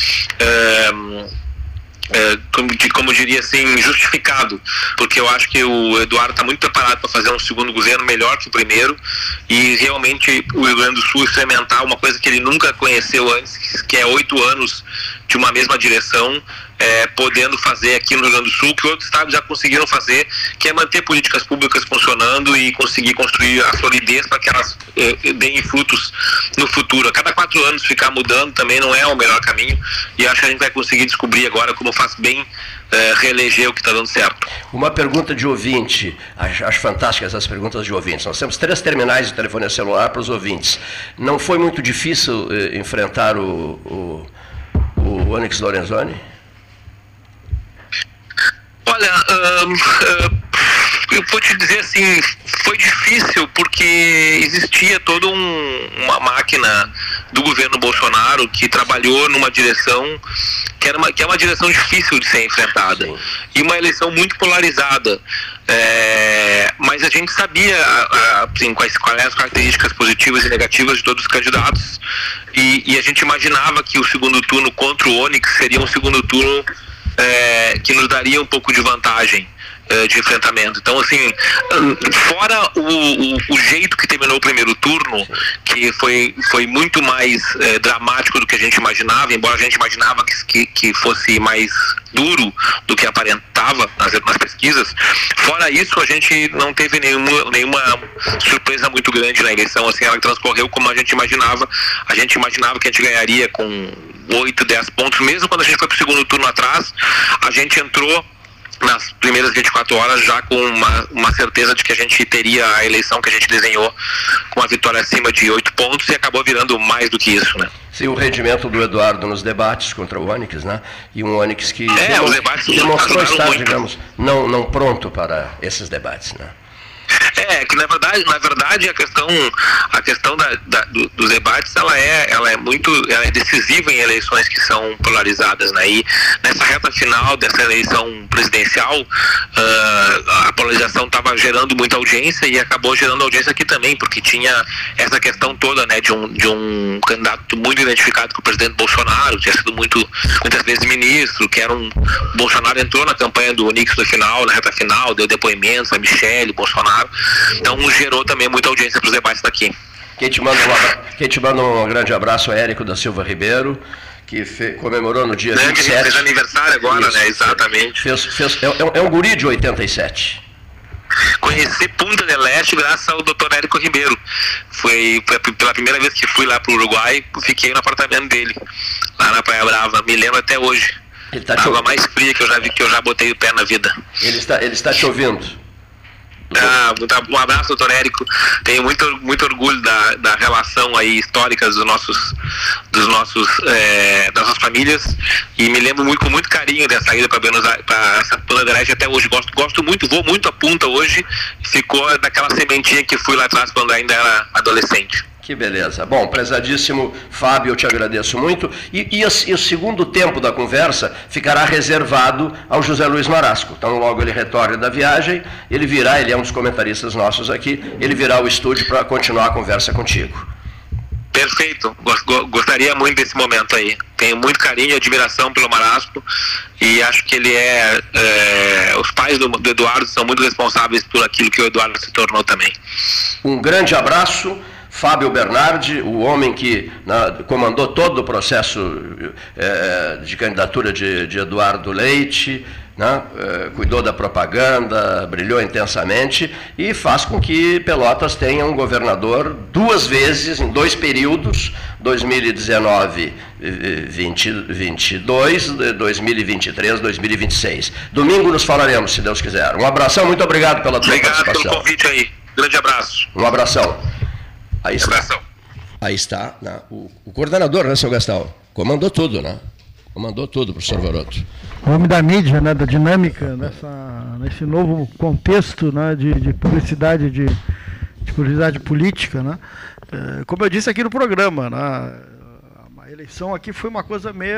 uh, uh, como, como diria assim, justificado, porque eu acho que o Eduardo está muito preparado para fazer um segundo governo melhor que o primeiro, e realmente o Rio Grande do Sul experimentar uma coisa que ele nunca conheceu antes, que é oito anos de uma mesma direção, é, podendo fazer aqui no Rio Grande do Sul, que outros estados já conseguiram fazer, que é manter políticas públicas funcionando e conseguir construir a solidez para que elas é, deem frutos no futuro. A cada quatro anos ficar mudando também não é o melhor caminho, e acho que a gente vai conseguir descobrir agora como faz bem é, reeleger o que está dando certo. Uma pergunta de ouvinte, acho, acho fantásticas as perguntas de ouvintes. Nós temos três terminais de telefonia celular para os ouvintes. Não foi muito difícil eh, enfrentar o... o o Onyx Lorenzoni? Olha, uh, uh, eu vou te dizer assim, foi difícil porque existia toda um, uma máquina do governo Bolsonaro que trabalhou numa direção que, era uma, que é uma direção difícil de ser enfrentada. Sim. E uma eleição muito polarizada. É, mas a gente sabia assim, quais, quais eram as características positivas e negativas de todos os candidatos, e, e a gente imaginava que o segundo turno contra o Onyx seria um segundo turno é, que nos daria um pouco de vantagem é, de enfrentamento. Então, assim, fora o, o, o jeito que terminou o primeiro turno, que foi, foi muito mais é, dramático do que a gente imaginava, embora a gente imaginava que, que, que fosse mais duro do que aparentava nas, nas pesquisas. Fora isso, a gente não teve nenhuma, nenhuma surpresa muito grande na eleição, assim, ela transcorreu como a gente imaginava. A gente imaginava que a gente ganharia com oito, dez pontos, mesmo quando a gente foi para o segundo turno atrás, a gente entrou nas primeiras vinte e quatro horas já com uma, uma certeza de que a gente teria a eleição que a gente desenhou com uma vitória acima de oito pontos, e acabou virando mais do que isso, né? Sim, o rendimento do Eduardo nos debates contra o Onyx, né? E um Onyx que é, demonstra, os debates demonstrou estar, muito. digamos, não, não pronto para esses debates, né? É, que na verdade, na verdade a questão, a questão da, da, do, dos debates, ela é, ela é muito, ela é decisiva em eleições que são polarizadas, né? E nessa reta final dessa eleição presidencial, uh, a polarização estava gerando muita audiência, e acabou gerando audiência aqui também, porque tinha essa questão toda, né, de um, de um candidato muito identificado com o presidente Bolsonaro, tinha sido muito, muitas vezes ministro, que era um, Bolsonaro entrou na campanha do Onyx no final, na reta final, deu depoimentos a Michele, Bolsonaro. Então gerou também muita audiência para os debates daqui. Quem te manda um, quem te manda um grande abraço é Érico da Silva Ribeiro, que fe, comemorou no dia vinte e sete. Fez aniversário agora, isso, né? Exatamente. Fez, fez, é, é um guri de oitenta e sete. Conheci Punta del Este graças ao doutor Érico Ribeiro. Foi, foi pela primeira vez que fui lá para o Uruguai, fiquei no apartamento dele, lá na Praia Brava. Me lembro até hoje. Ele tá a água mais fria que eu já vi, que eu já botei o pé na vida. Ele está, ele está te ouvindo. Ah, um abraço, doutor Érico. Tenho muito, muito orgulho da, da relação aí histórica dos nossos, dos nossos, é, das nossas famílias, e me lembro muito, com muito carinho dessa ida para essa Punta del Este até hoje. Gosto, gosto muito, vou muito a Punta hoje. Ficou daquela sementinha que fui lá atrás quando ainda era adolescente. Que beleza. Bom, prezadíssimo Fábio, eu te agradeço muito. E, e, e o segundo tempo da conversa ficará reservado ao José Luiz Marasco. Então, logo ele retorna da viagem, ele virá, ele é um dos comentaristas nossos aqui, ele virá ao estúdio para continuar a conversa contigo. Perfeito, gostaria muito desse momento aí. Tenho muito carinho e admiração pelo Marasco e acho que ele é, é os pais do, do Eduardo são muito responsáveis por aquilo que o Eduardo se tornou também. Um grande abraço, Fábio Bernardi, o homem que na, comandou todo o processo é, de candidatura de, de Eduardo Leite, né? É, cuidou da propaganda, brilhou intensamente e faz com que Pelotas tenha um governador duas vezes, em dois períodos, dois mil e dezenove, vinte, vinte e dois, dois mil e vinte e três, dois mil e vinte e seis. Domingo nos falaremos, se Deus quiser. Um abração, muito obrigado pela tua obrigado participação. Obrigado pelo convite aí. Grande abraço. Um abração. Aí está. Abração. Aí está, né? o, o coordenador, né, seu Gastão? Comandou tudo, né? Comandou tudo, professor Varoto. O homem da mídia, né, da dinâmica, nessa, nesse novo contexto, né, de, de publicidade, de, de publicidade política. Né? É, como eu disse aqui no programa, né, a eleição aqui foi uma coisa meio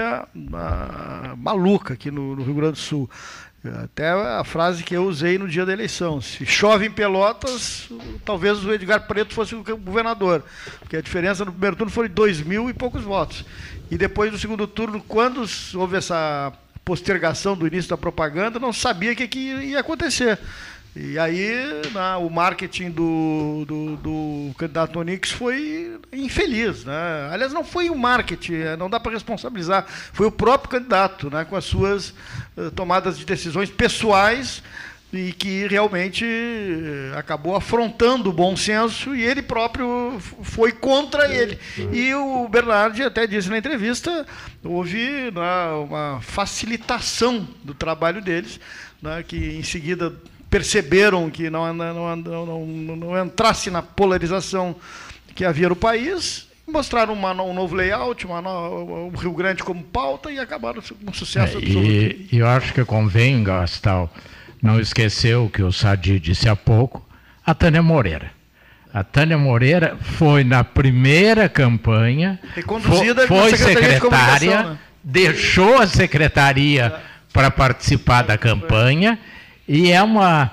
uh, maluca aqui no, no Rio Grande do Sul. Até a frase que eu usei no dia da eleição: se chove em Pelotas, talvez o Edgar Preto fosse o governador, porque a diferença no primeiro turno foi dois mil e poucos votos. E depois do segundo turno, quando houve essa postergação do início da propaganda, não sabia o que, que ia acontecer. E aí, né, o marketing do, do, do candidato Onix foi infeliz. Né? Aliás, não foi o marketing, não dá para responsabilizar, foi o próprio candidato, né, com as suas uh, tomadas de decisões pessoais e que realmente uh, acabou afrontando o bom senso e ele próprio foi contra ele. E o Bernardi até disse na entrevista, houve, né, uma facilitação do trabalho deles, né, que em seguida perceberam que não, não, não, não, não entrasse na polarização que havia no país, mostraram uma, um novo layout, uma no, o Rio Grande como pauta e acabaram com um sucesso é, absoluto. E, e eu acho que convém, Gastal, não esquecer o que o Sadi disse há pouco, a Tânia Moreira. A Tânia Moreira foi na primeira campanha, reconduzida foi, foi secretária, né? deixou a secretaria é. para participar da campanha. E é uma,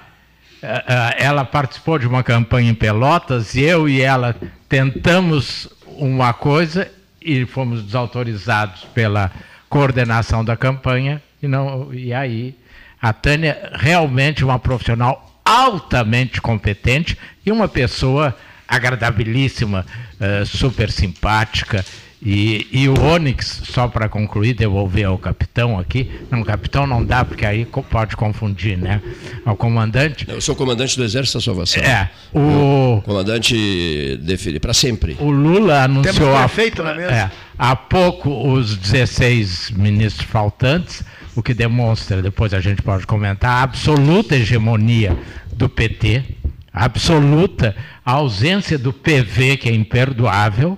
ela participou de uma campanha em Pelotas e eu e ela tentamos uma coisa e fomos desautorizados pela coordenação da campanha. E, não, e aí a Tânia realmente uma profissional altamente competente e uma pessoa agradabilíssima, super simpática. E, e o Onix, só para concluir, devolver ao capitão aqui. Não, capitão não dá, porque aí pode confundir, né? Ao comandante. Eu sou comandante do Exército da Salvação. É. O eu, comandante definido para sempre. O Lula anunciou há, feito, não é mesmo? É, há pouco os dezesseis ministros faltantes, o que demonstra, depois a gente pode comentar, a absoluta hegemonia do P T, a absoluta ausência do P V, que é imperdoável.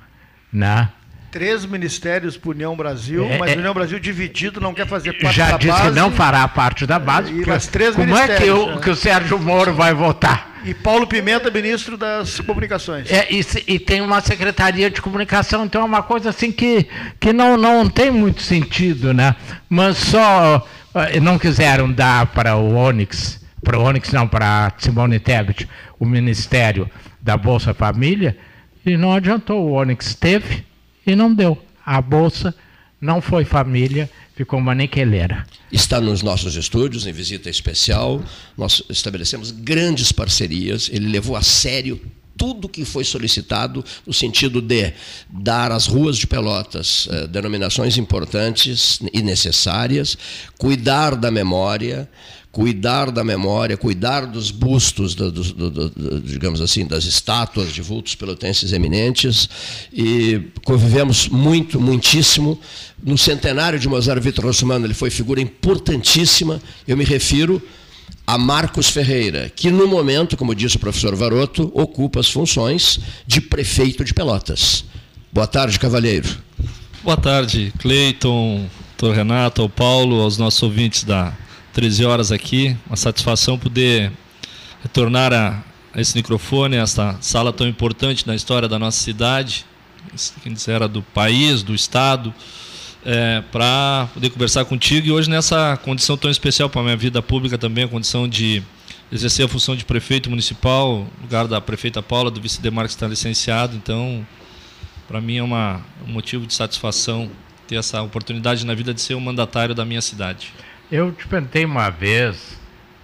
Né? Três ministérios para União Brasil, é, mas é, União Brasil dividido não quer fazer parte já da base. Já disse que não fará parte da base. E mas três como é que o, né? que o Sérgio Moro vai votar? E Paulo Pimenta, ministro das Comunicações. É, e, e tem uma secretaria de comunicação, então é uma coisa assim que, que não, não tem muito sentido, né? Mas só não quiseram dar para o Onix, para o Onix não, para Simone Tebet, o Ministério da Bolsa Família. E não adiantou, o Onix teve e não deu. A Bolsa não foi família, ficou uma niqueleira. Está nos nossos estúdios, em visita especial. Nós estabelecemos grandes parcerias. Ele levou a sério tudo que foi solicitado no sentido de dar às ruas de Pelotas eh, denominações importantes e necessárias, cuidar da memória, cuidar da memória, cuidar dos bustos, do, do, do, do, digamos assim, das estátuas de vultos pelotenses eminentes, e convivemos muito, muitíssimo. No centenário de Mozart Vitor Russumano, ele foi figura importantíssima. Eu me refiro a Marcos Ferreira, que no momento, como disse o professor Varoto, ocupa as funções de prefeito de Pelotas. Boa tarde, cavalheiro. Boa tarde, Cleiton, doutor Renato, ao Paulo, aos nossos ouvintes da treze horas aqui. Uma satisfação poder retornar a, a esse microfone, a essa sala tão importante na história da nossa cidade, quem disser, do país, do estado, é, para poder conversar contigo. E hoje nessa condição tão especial para a minha vida pública também, a condição de exercer a função de prefeito municipal, no lugar da prefeita Paula, do vice-Demar que está licenciado. Então, para mim é uma, um motivo de satisfação ter essa oportunidade na vida de ser o mandatário da minha cidade. Eu te perguntei uma vez,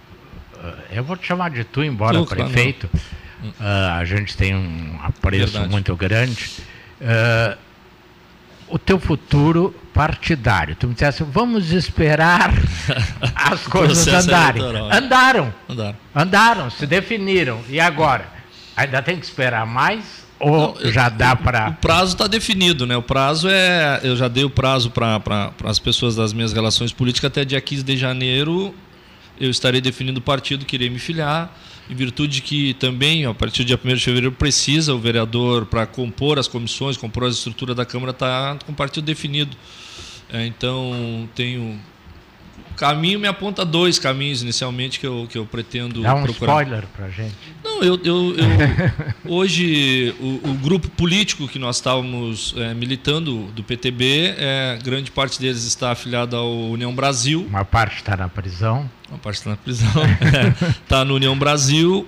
eu vou te chamar de tu, embora tu, prefeito, claro, uh, a gente tem um apreço Verdade. muito grande, uh, o teu futuro partidário. Tu me disseste, vamos esperar as coisas andarem. Andaram, andaram, andaram, se definiram. E agora? Ainda tem que esperar mais? Ou Não, já dá para... O prazo está definido, né? O prazo é... Eu já dei o prazo para pra, as pessoas das minhas relações políticas até dia quinze de janeiro. Eu estarei definindo o partido que irei me filiar, em virtude de que também, a partir do dia primeiro de fevereiro, precisa o vereador, para compor as comissões, compor a estrutura da Câmara, está com o partido definido. É, então, tenho... O caminho me aponta dois caminhos, inicialmente, que eu, que eu pretendo Dá um procurar. spoiler para a gente. Não, eu... eu, eu hoje, o, o grupo político que nós estávamos é, militando, do P T B, é, grande parte deles está afiliado à União Brasil. Uma parte está na prisão. Uma parte está na prisão. Está no União Brasil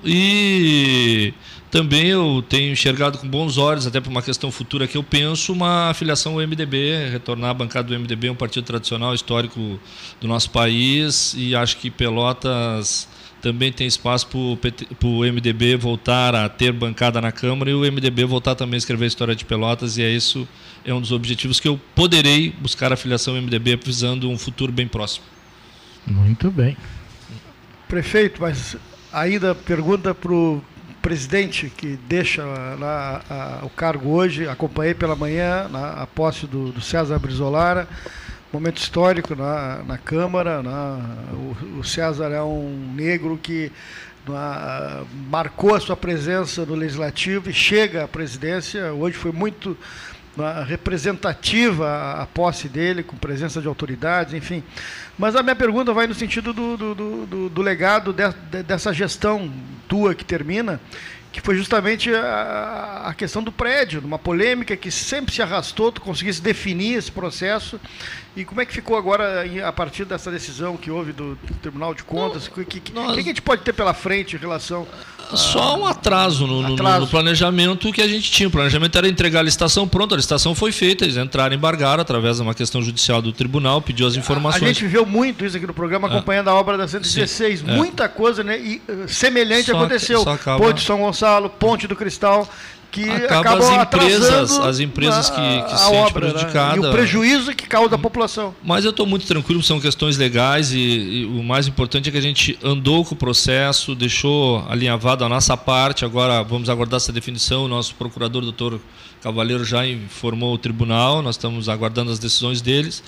e também eu tenho enxergado com bons olhos, até por uma questão futura que eu penso, uma afiliação ao M D B, retornar à bancada do M D B, um partido tradicional, histórico do nosso país, e acho que Pelotas também tem espaço para o M D B voltar a ter bancada na Câmara e o M D B voltar também a escrever a história de Pelotas, e é isso, é um dos objetivos que eu poderei buscar a filiação ao M D B visando um futuro bem próximo. Muito bem. Prefeito, mas ainda pergunta para o presidente que deixa lá a, o cargo hoje. Acompanhei pela manhã na, a posse do, do César Brizolara, momento histórico na, na Câmara. Na, o, o César é um negro que na, marcou a sua presença no Legislativo e chega à presidência. Hoje foi muito na, representativa a, a posse dele, com presença de autoridades, enfim. Mas a minha pergunta vai no sentido do, do, do, do legado de, de, dessa gestão tua que termina, que foi justamente a, a questão do prédio, uma polêmica que sempre se arrastou, tu conseguisse definir esse processo. E como é que ficou agora, a partir dessa decisão que houve do, do Tribunal de Contas? O que, que, que, que a gente pode ter pela frente em relação... A, Só um atraso no, atraso no, planejamento que a gente tinha. O planejamento era entregar a licitação, pronto, a licitação foi feita, eles entraram, embargaram através de uma questão judicial do tribunal, pediu as informações. A, a gente viveu muito isso aqui no programa, acompanhando é. a obra da cento e dezesseis. Sim, Muita é. coisa, né, e, uh, semelhante só, aconteceu. Só acaba... Ponte São Gonçalo, Ponte do Cristal, que acaba acabam as empresas, as empresas a, que, que se sentem prejudicadas. Né? E o prejuízo que causa a população. Mas eu estou muito tranquilo, são questões legais e, e o mais importante é que a gente andou com o processo, deixou alinhavado a nossa parte, agora vamos aguardar essa definição. O nosso procurador, doutor Cavaleiro, já informou o tribunal, nós estamos aguardando as decisões deles.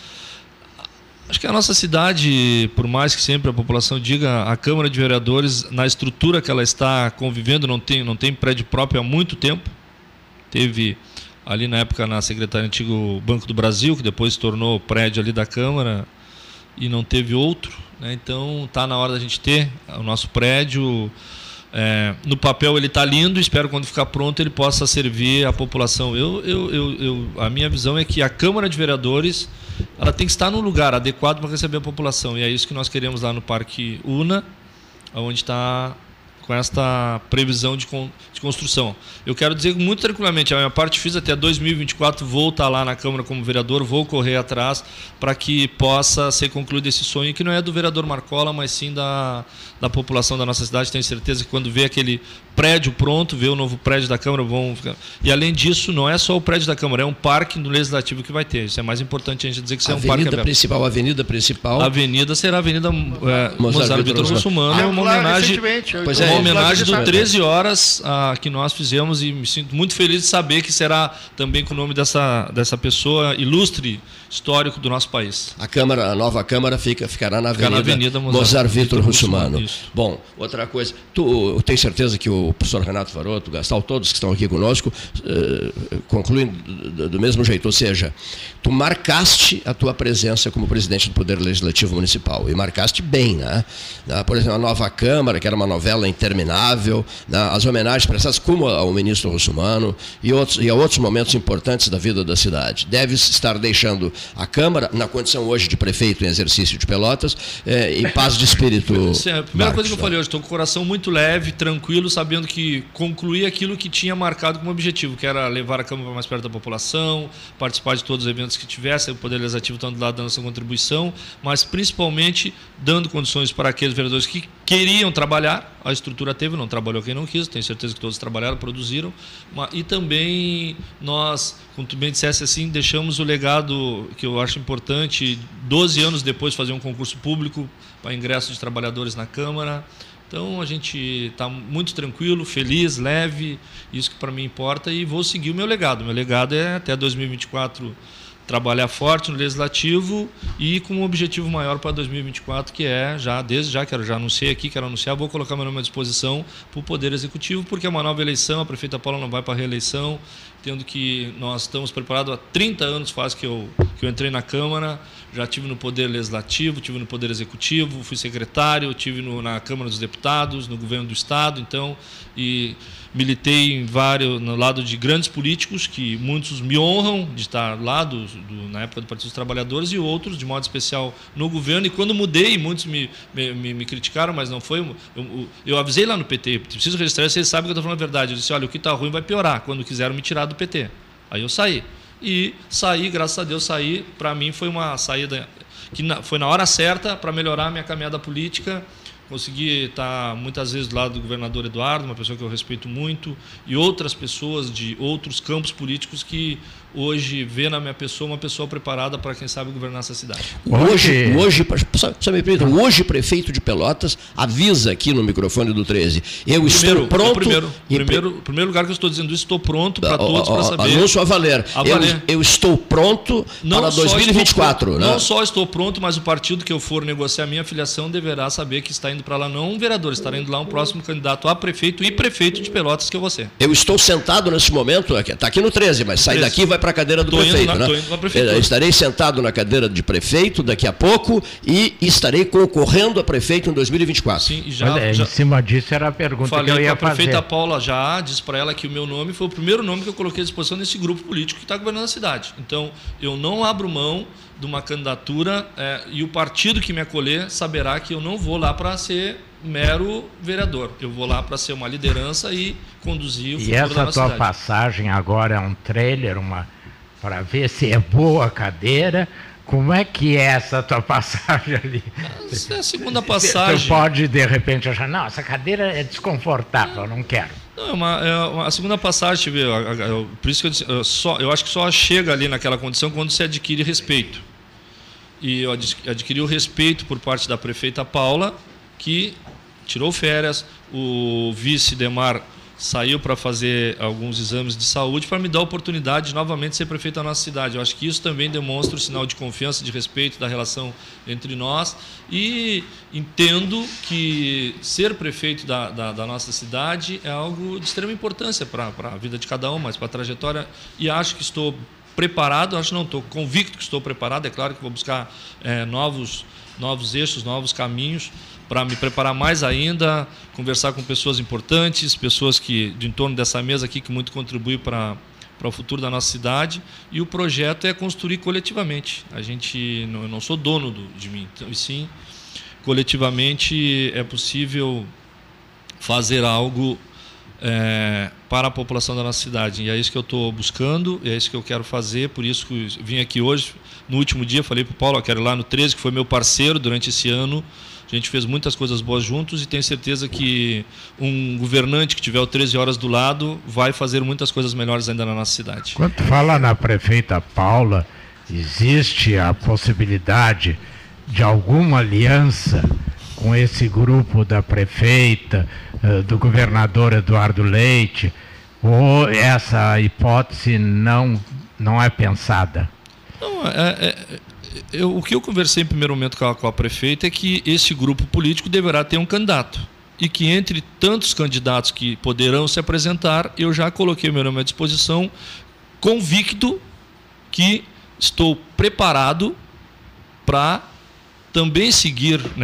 Acho que a nossa cidade, por mais que sempre a população diga, a Câmara de Vereadores, na estrutura que ela está convivendo, não tem, não tem prédio próprio há muito tempo. Teve ali na época na Secretaria Antigo Banco do Brasil, que depois se tornou prédio ali da Câmara, e não teve outro, né? Então está na hora da gente ter o nosso prédio. É, no papel ele está lindo, espero que quando ficar pronto ele possa servir a população. Eu, eu, eu, eu, a minha visão é que a Câmara de Vereadores ela tem que estar num lugar adequado para receber a população, e é isso que nós queremos lá no Parque Una, onde está com esta previsão de, con de construção. Eu quero dizer muito tranquilamente, a minha parte fiz até dois mil e vinte e quatro, vou estar lá na Câmara como vereador, vou correr atrás para que possa ser concluído esse sonho, que não é do vereador Marcola, mas sim da, da população da nossa cidade. Tenho certeza que quando vê aquele prédio pronto, vê o novo prédio da Câmara, vão ficar... E além disso, não é só o prédio da Câmara, é um parque no Legislativo que vai ter. Isso é mais importante a gente dizer que isso é um parque aberto. Principal, a avenida principal. A avenida será a Avenida é, Mozart Vitor Russumano, é uma homenagem, pois é, uma homenagem do treze horas a, que nós fizemos, e me sinto muito feliz de saber que será também com o nome dessa, dessa pessoa ilustre, histórico do nosso país. A Câmara, a nova Câmara fica, ficará na Avenida, na avenida Mozart, Mozart Vitor Russumano. Bom, outra coisa, tu, eu tenho certeza que o professor Renato Varoto, o Gastal, todos que estão aqui conosco, uh, concluem do, do mesmo jeito, ou seja, tu marcaste a tua presença como presidente do Poder Legislativo Municipal, e marcaste bem, né? Por exemplo, a nova Câmara, que era uma novela interminável, né, as homenagens prestadas como ao ministro Russumano e, outros, e a outros momentos importantes da vida da cidade. Deve estar deixando a Câmara, na condição hoje de prefeito em exercício de Pelotas, é, em paz de espírito. Sim, a primeira Marcos, coisa que eu né? falei hoje, estou com o coração muito leve, tranquilo, sabendo que concluí aquilo que tinha marcado como objetivo, que era levar a Câmara mais perto da população, participar de todos os eventos que tivesse, o Poder Legislativo estando do lado da nossa contribuição, mas principalmente dando condições para aqueles vereadores que queriam trabalhar, a estrutura teve, não trabalhou quem não quis, tenho certeza que todos trabalharam, produziram, e também nós, como tu bem dissesse assim, deixamos o legado que eu acho importante, doze anos depois fazer um concurso público para ingresso de trabalhadores na Câmara. Então a gente está muito tranquilo, feliz, leve, isso que para mim importa, e vou seguir o meu legado. Meu legado é até dois mil e vinte e quatro trabalhar forte no Legislativo e com um objetivo maior para dois mil e vinte e quatro, que é, já desde já, quero já anunciei aqui, quero anunciar, vou colocar meu nome à disposição para o Poder Executivo, porque é uma nova eleição, a prefeita Paula não vai para a reeleição, tendo que nós estamos preparados há trinta anos, faz que eu, que eu entrei na Câmara, já tive no Poder Legislativo, tive no Poder Executivo, fui secretário, tive no, na Câmara dos Deputados, no Governo do Estado, então, e militei em vários, no lado de grandes políticos, que muitos me honram de estar lá, do, do, na época do Partido dos Trabalhadores, e outros, de modo especial, no governo. E quando mudei, muitos me, me, me criticaram, mas não foi... Eu, eu, eu avisei lá no P T, preciso registrar, vocês sabem que eu estou falando a verdade. Eu disse, olha, o que está ruim vai piorar, quando quiseram me tirar do P T. Aí eu saí. E saí, graças a Deus, saí. Para mim foi uma saída que na, foi na hora certa para melhorar a minha caminhada política. Consegui estar muitas vezes do lado do governador Eduardo, uma pessoa que eu respeito muito, e outras pessoas de outros campos políticos que hoje vê na minha pessoa uma pessoa preparada para, quem sabe, governar essa cidade. Hoje, hoje, só, só me permita, hoje prefeito de Pelotas avisa aqui no microfone do treze, eu estou primeiro, pronto... Primeiro, em... primeiro, primeiro lugar que eu estou dizendo isso, estou pronto para todos, para saber... Anúncio a valer. A valer. Eu, eu estou pronto não para dois mil e vinte e quatro. Estou, né? Não só estou pronto, mas o partido que eu for negociar a minha filiação deverá saber que está indo para lá não um vereador, estará indo lá um próximo candidato a prefeito e prefeito de Pelotas, que é você. Eu estou sentado nesse momento, está aqui no treze, mas sai daqui e vai para a cadeira do tô prefeito. Indo na, né? tô indo na prefeitura. Estarei sentado na cadeira de prefeito daqui a pouco e estarei concorrendo a prefeito em dois mil e vinte e quatro. Sim, e já, Olha, já, em cima disso era a pergunta falei que eu ia com a prefeita fazer. Paula já, disse para ela que o meu nome foi o primeiro nome que eu coloquei à disposição nesse grupo político que está governando a cidade. Então, eu não abro mão de uma candidatura é, e o partido que me acolher saberá que eu não vou lá para ser mero vereador. Eu vou lá para ser uma liderança e conduzir o futuro da nossa cidade. E essa tua passagem agora é um trailer, uma para ver se é boa a cadeira. Como é que é essa tua passagem ali? Essa é a segunda passagem. Você pode, de repente, achar, não, essa cadeira é desconfortável, eu não quero. Não, é uma, é uma, a segunda passagem, viu, por isso que eu, disse, eu, só, eu acho que só chega ali naquela condição quando se adquire respeito. E eu adquiri o respeito por parte da prefeita Paula, que tirou férias, o vice Demar saiu para fazer alguns exames de saúde para me dar a oportunidade de novamente ser prefeito da nossa cidade. Eu acho que isso também demonstra o sinal de confiança, de respeito da relação entre nós, e entendo que ser prefeito da, da, da nossa cidade é algo de extrema importância para, para a vida de cada um, mas para a trajetória, e acho que estou preparado, acho que não, estou convicto que estou preparado, é claro que vou buscar é, novos, novos eixos, novos caminhos, para me preparar mais ainda, conversar com pessoas importantes, pessoas que de em torno dessa mesa aqui que muito contribuem para para o futuro da nossa cidade, e o projeto é construir coletivamente. A gente não, eu não sou dono do, de mim, então, e sim, coletivamente é possível fazer algo é, para a população da nossa cidade. E é isso que eu estou buscando, é isso que eu quero fazer, por isso que eu vim aqui hoje. No último dia falei para o Paulo, eu quero ir lá no treze, que foi meu parceiro durante esse ano. A gente fez muitas coisas boas juntos e tenho certeza que um governante que tiver o treze horas do lado vai fazer muitas coisas melhores ainda na nossa cidade. Quando tu fala na prefeita Paula, existe a possibilidade de alguma aliança com esse grupo da prefeita, do governador Eduardo Leite, ou essa hipótese não, não é pensada? Não, é... é... Eu, o que eu conversei em primeiro momento com a, com a prefeita é que esse grupo político deverá ter um candidato. E que entre tantos candidatos que poderão se apresentar, eu já coloquei o meu nome à disposição, convicto que estou preparado para também seguir, né,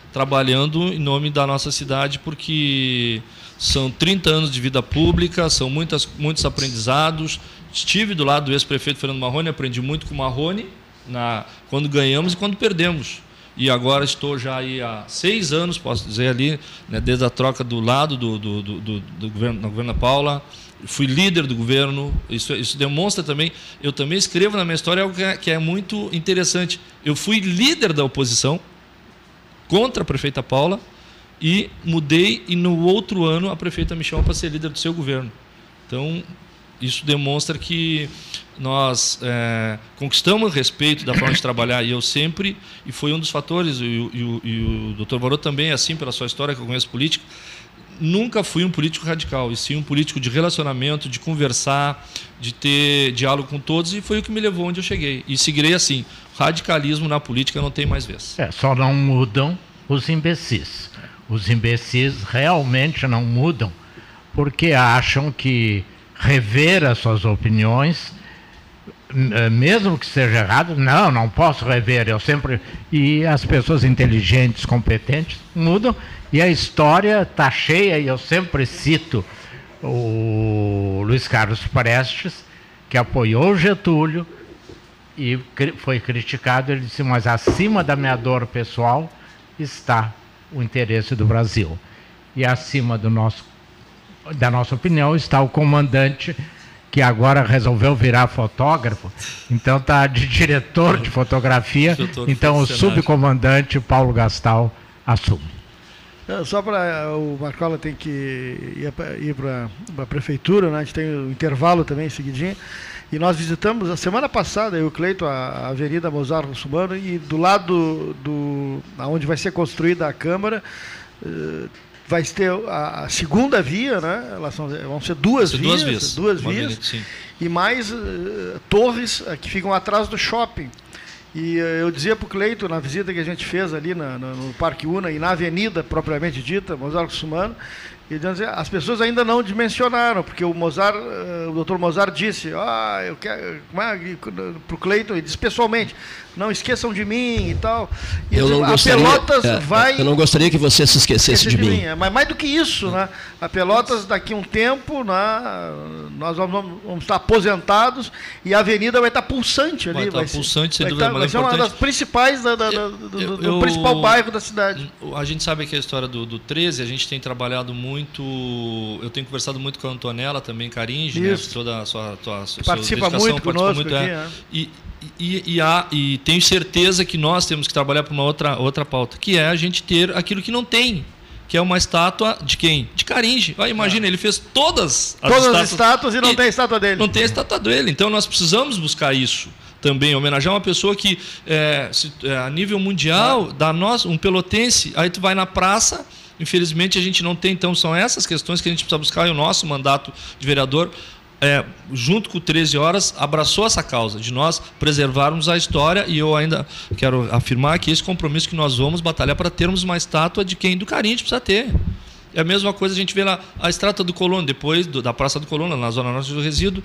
trabalhando em nome da nossa cidade, porque são trinta anos de vida pública, são muitas, muitos aprendizados. Estive do lado do ex-prefeito Fernando Marrone, aprendi muito com o Marrone, na, quando ganhamos e quando perdemos. E agora estou já aí há seis anos, posso dizer ali, né, desde a troca do lado do, do, do, do, do governo, da governa Paula. Fui líder do governo. Isso, isso demonstra também. Eu também escrevo na minha história algo que é, que é muito interessante. Eu fui líder da oposição contra a prefeita Paula e mudei, e no outro ano a prefeita me chamou para ser líder do seu governo. Então, isso demonstra que nós é, conquistamos o respeito da forma de trabalhar, e eu sempre, e foi um dos fatores, e, e, e o doutor Varot também é assim, pela sua história, que eu conheço política, nunca fui um político radical, e sim um político de relacionamento, de conversar, de ter diálogo com todos, e foi o que me levou onde eu cheguei. E seguirei assim. Radicalismo na política não tem mais vez. É, só não mudam os imbecis. Os imbecis realmente não mudam porque acham que rever as suas opiniões, mesmo que seja errado, não, não posso rever, eu sempre... E as pessoas inteligentes, competentes, mudam, e a história está cheia, e eu sempre cito o Luiz Carlos Prestes, que apoiou Getúlio, e foi criticado, ele disse, mas acima da minha dor pessoal está o interesse do Brasil. E acima do nosso, da nossa opinião está o comandante, que agora resolveu virar fotógrafo, então está de diretor de fotografia, então o subcomandante Paulo Gastal assume. Só para o Marcola tem que ir para a prefeitura, né? A gente tem o intervalo também em seguidinho. E nós visitamos a semana passada, eu e o Cleiton, a Avenida Mozart Russumano, e do lado do, onde vai ser construída a Câmara, vai ter a, a segunda via, né? Elas são, vão ser duas vias, duas vias, duas vias avenida, e mais uh, torres uh, que ficam atrás do shopping. E uh, eu dizia para o Cleiton, na visita que a gente fez ali na, na, no Parque Una e na avenida propriamente dita, Mozart Russumano, e as pessoas ainda não dimensionaram, porque o Mozart, o doutor Mozart disse, ah, eu quero, para o Cleiton, ele disse pessoalmente, não esqueçam de mim e tal. E eu não a gostaria, Pelotas é, vai... Eu não gostaria que você se esquecesse de, de mim. mim. Mas mais do que isso, né? A Pelotas, daqui a um tempo, né, nós vamos, vamos estar aposentados e a avenida vai estar pulsante ali. Vai estar vai pulsante, ser, sem vai, dúvida, estar, vai ser uma das principais, da, da, eu, do, eu, do eu, principal bairro da cidade. A gente sabe que a história do, do treze, a gente tem trabalhado muito, eu tenho conversado muito com a Antonella também, Caringe, né, toda a sua, tua, sua participa muito conosco muito, aqui, é. É. E, e, e, há, e tenho certeza que nós temos que trabalhar para uma outra, outra pauta, que é a gente ter aquilo que não tem, que é uma estátua de quem? De Caringe. Ah, imagina, é. ele fez todas as todas estátuas, as estátuas e não e tem a estátua dele. Não tem a estátua dele, então nós precisamos buscar isso também, homenagear uma pessoa que, é, se, é, a nível mundial, é. da nossa, um pelotense, aí tu vai na praça, infelizmente a gente não tem, então são essas questões que a gente precisa buscar, e o nosso mandato de vereador, é, junto com o treze horas, abraçou essa causa, de nós preservarmos a história, e eu ainda quero afirmar que esse compromisso que nós vamos batalhar para termos uma estátua de quem? Do Carinho, a gente precisa ter. É a mesma coisa, a gente vê lá a estátua do Colono, depois do, da Praça do Colono, na Zona Norte do Resíduo,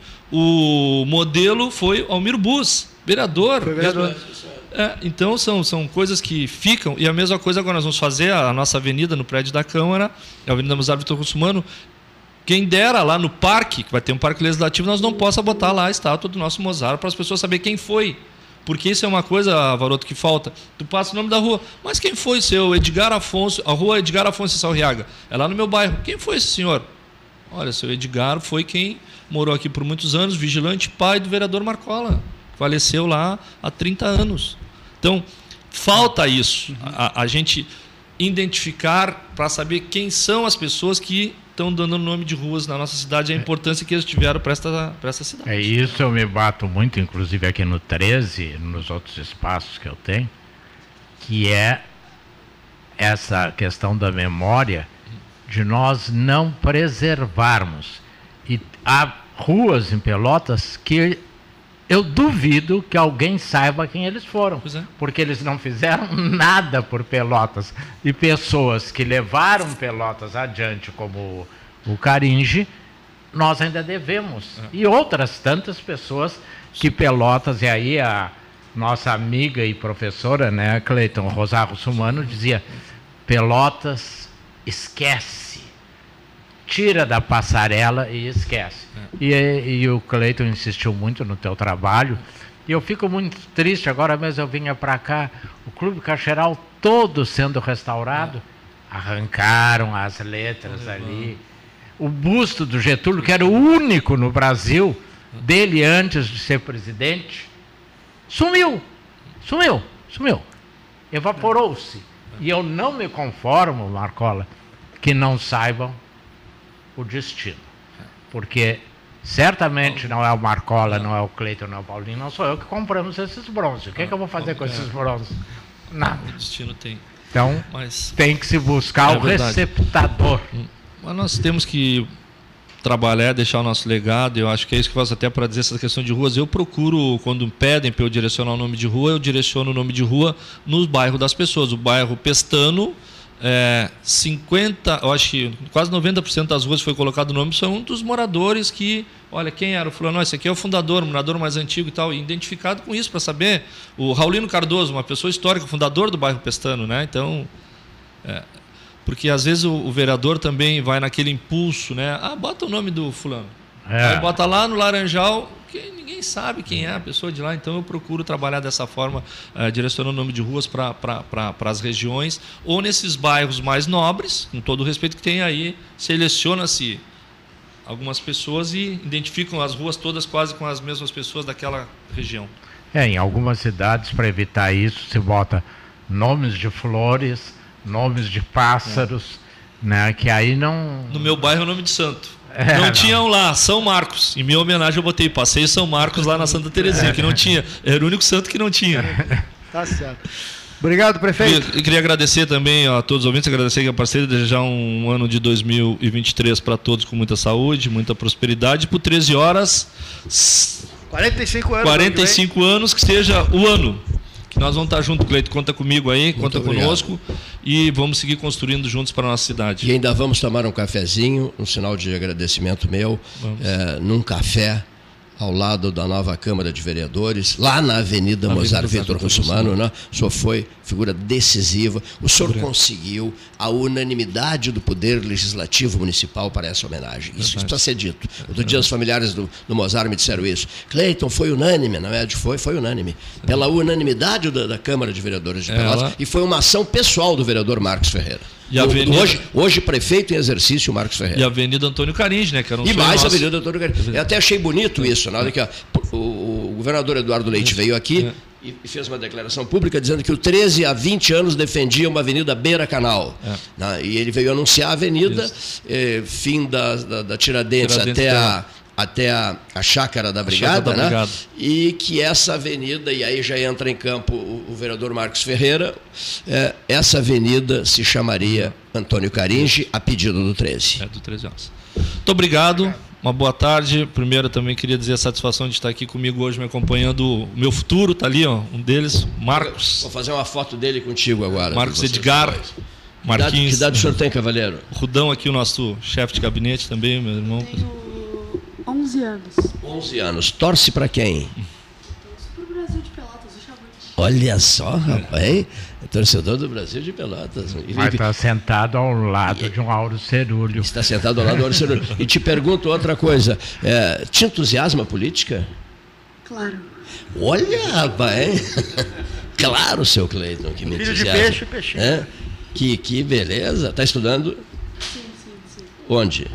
o modelo foi Almir Bus, vereador. Foi vereador. É, então são, são coisas que ficam, e a mesma coisa agora nós vamos fazer a, a nossa avenida no prédio da Câmara, a Avenida Mozart Vitor Russumano. Quem dera lá no parque, que vai ter um parque legislativo, nós não possa botar lá a estátua do nosso Mozart para as pessoas saberem quem foi. Porque isso é uma coisa, Varoto, que falta. Tu passa o nome da rua, mas quem foi seu Edgar Afonso, a rua Edgar Afonso Salriaga? É lá no meu bairro. Quem foi esse senhor? Olha, seu Edgar foi quem morou aqui por muitos anos, vigilante, pai do vereador Marcola. Faleceu lá há trinta anos. Então, falta isso. A, a gente identificar para saber quem são as pessoas que estão dando nome de ruas na nossa cidade, a importância que eles tiveram para esta, para esta cidade. É isso, eu me bato muito, inclusive aqui no treze, nos outros espaços que eu tenho, que é essa questão da memória, de nós não preservarmos. E há ruas em Pelotas que eu duvido que alguém saiba quem eles foram, é. porque eles não fizeram nada por Pelotas. E pessoas que levaram Pelotas adiante, como o Caringe, nós ainda devemos. É. E outras tantas pessoas que Pelotas, e aí a nossa amiga e professora, né, Cleiton Rosário Russumano, dizia, Pelotas esquece. Tira da passarela e esquece. É. E, e o Cleiton insistiu muito no teu trabalho. E eu fico muito triste, agora mesmo eu vinha para cá, o Clube Cacheral todo sendo restaurado. É. Arrancaram as letras ali. O busto do Getúlio, que era o único no Brasil, dele antes de ser presidente, sumiu, sumiu, sumiu. Evaporou-se. E eu não me conformo, Marcola, que não saibam o destino. Porque certamente não é o Marcola, não é o Cleiton, não é o Paulinho, não sou eu que compramos esses bronzes. O que, é que eu vou fazer com esses bronzes? Nada. O destino tem. Então, Mas tem que se buscar é o verdade. receptador. Mas nós temos que trabalhar, deixar o nosso legado. Eu acho que é isso que eu faço até para dizer essa questão de ruas. Eu procuro, quando pedem para eu direcionar o nome de rua, eu direciono o nome de rua no bairro das pessoas. O bairro Pestano, é, cinquenta, eu acho que quase noventa por cento das ruas que foi colocado o nome são dos moradores que, olha, quem era o fulano? Esse aqui é o fundador, o morador mais antigo e tal, e identificado com isso para saber. O Raulino Cardoso, uma pessoa histórica, fundador do bairro Pestano, né? Então, é, porque às vezes o, o vereador também vai naquele impulso, né? Ah, bota o nome do fulano. É. Aí bota lá no Laranjal, que ninguém sabe quem é a pessoa de lá. Então eu procuro trabalhar dessa forma, uh, direcionando o nome de ruas para pra, as regiões, ou nesses bairros mais nobres, com todo o respeito que tem aí, seleciona-se algumas pessoas e identificam as ruas todas quase com as mesmas pessoas daquela região. É, em algumas cidades, para evitar isso, se bota nomes de flores, nomes de pássaros, é. né? Que aí não... No meu bairro é o nome de santo. É, não, não tinham lá, São Marcos. Em minha homenagem eu botei Passeio São Marcos lá na Santa Terezinha, que não tinha. Era o único santo que não tinha. Tá certo. Obrigado, prefeito. Eu, eu queria agradecer também a todos os ouvintes, agradecer aqui a parceria, desejar um ano de dois mil e vinte e três para todos com muita saúde, muita prosperidade. Por treze horas... quarenta e cinco anos. quarenta e cinco anos, que seja o ano. Que nós vamos estar juntos, Cleito. Conta comigo aí, muito conta obrigado. Conosco. E vamos seguir construindo juntos para a nossa cidade. E ainda vamos tomar um cafezinho, um sinal de agradecimento meu, é, num café ao lado da nova Câmara de Vereadores, lá na Avenida na Mozart Vitor Russumano, né? O senhor foi figura decisiva, o senhor Obrigado. Conseguiu a unanimidade do Poder Legislativo Municipal para essa homenagem. Isso, isso precisa ser dito. Outro dia os familiares do, do Mozart me disseram isso. Cleiton, foi unânime, não é? Foi, foi unânime. Pela unanimidade da, da Câmara de Vereadores de Pelotas, Ela... e foi uma ação pessoal do vereador Marcos Ferreira. E a Avenida... hoje, hoje, prefeito em exercício, Marcos Ferreira. E a Avenida Antônio Caringe, né? Que era um e mais nosso. a Avenida Antônio Caringe. Eu até achei bonito isso. Na hora que, ó, o, o governador Eduardo Leite isso. veio aqui é. e fez uma declaração pública dizendo que o treze há vinte anos defendia uma avenida beira-canal. É. Né? E ele veio anunciar a avenida, eh, fim da, da, da Tiradentes, Tiradentes até a... até a, a Chácara da Brigada, da né? Brigada, e que essa avenida, e aí já entra em campo o, o vereador Marcos Ferreira, é, essa avenida se chamaria Antônio Caringe, a pedido do treze. É, do treze anos. Muito obrigado, uma boa tarde. Primeiro, também queria dizer a satisfação de estar aqui comigo hoje, me acompanhando o meu futuro, está ali, ó, um deles, Marcos. Vou fazer uma foto dele contigo agora. Marcos Edgar. Marquinhos. Que idade o senhor tem, cavaleiro? Rudão aqui, o nosso chefe de gabinete também, meu irmão. Tenho onze anos. onze anos. Torce para quem? Torço pro Brasil de Pelotas, o Chavante. Olha só, rapaz. É torcedor do Brasil de Pelotas. Mas está sentado ao lado de um Auro Cerúlio. Está sentado ao lado do Auro Cerúlio. E te pergunto outra coisa. É, te entusiasma a política? Claro. Olha, rapaz. Claro, seu Cleiton, que me Filho entusiasma. de peixe, peixinho. É? Que, que beleza. Está estudando? Sim, sim, sim. Onde?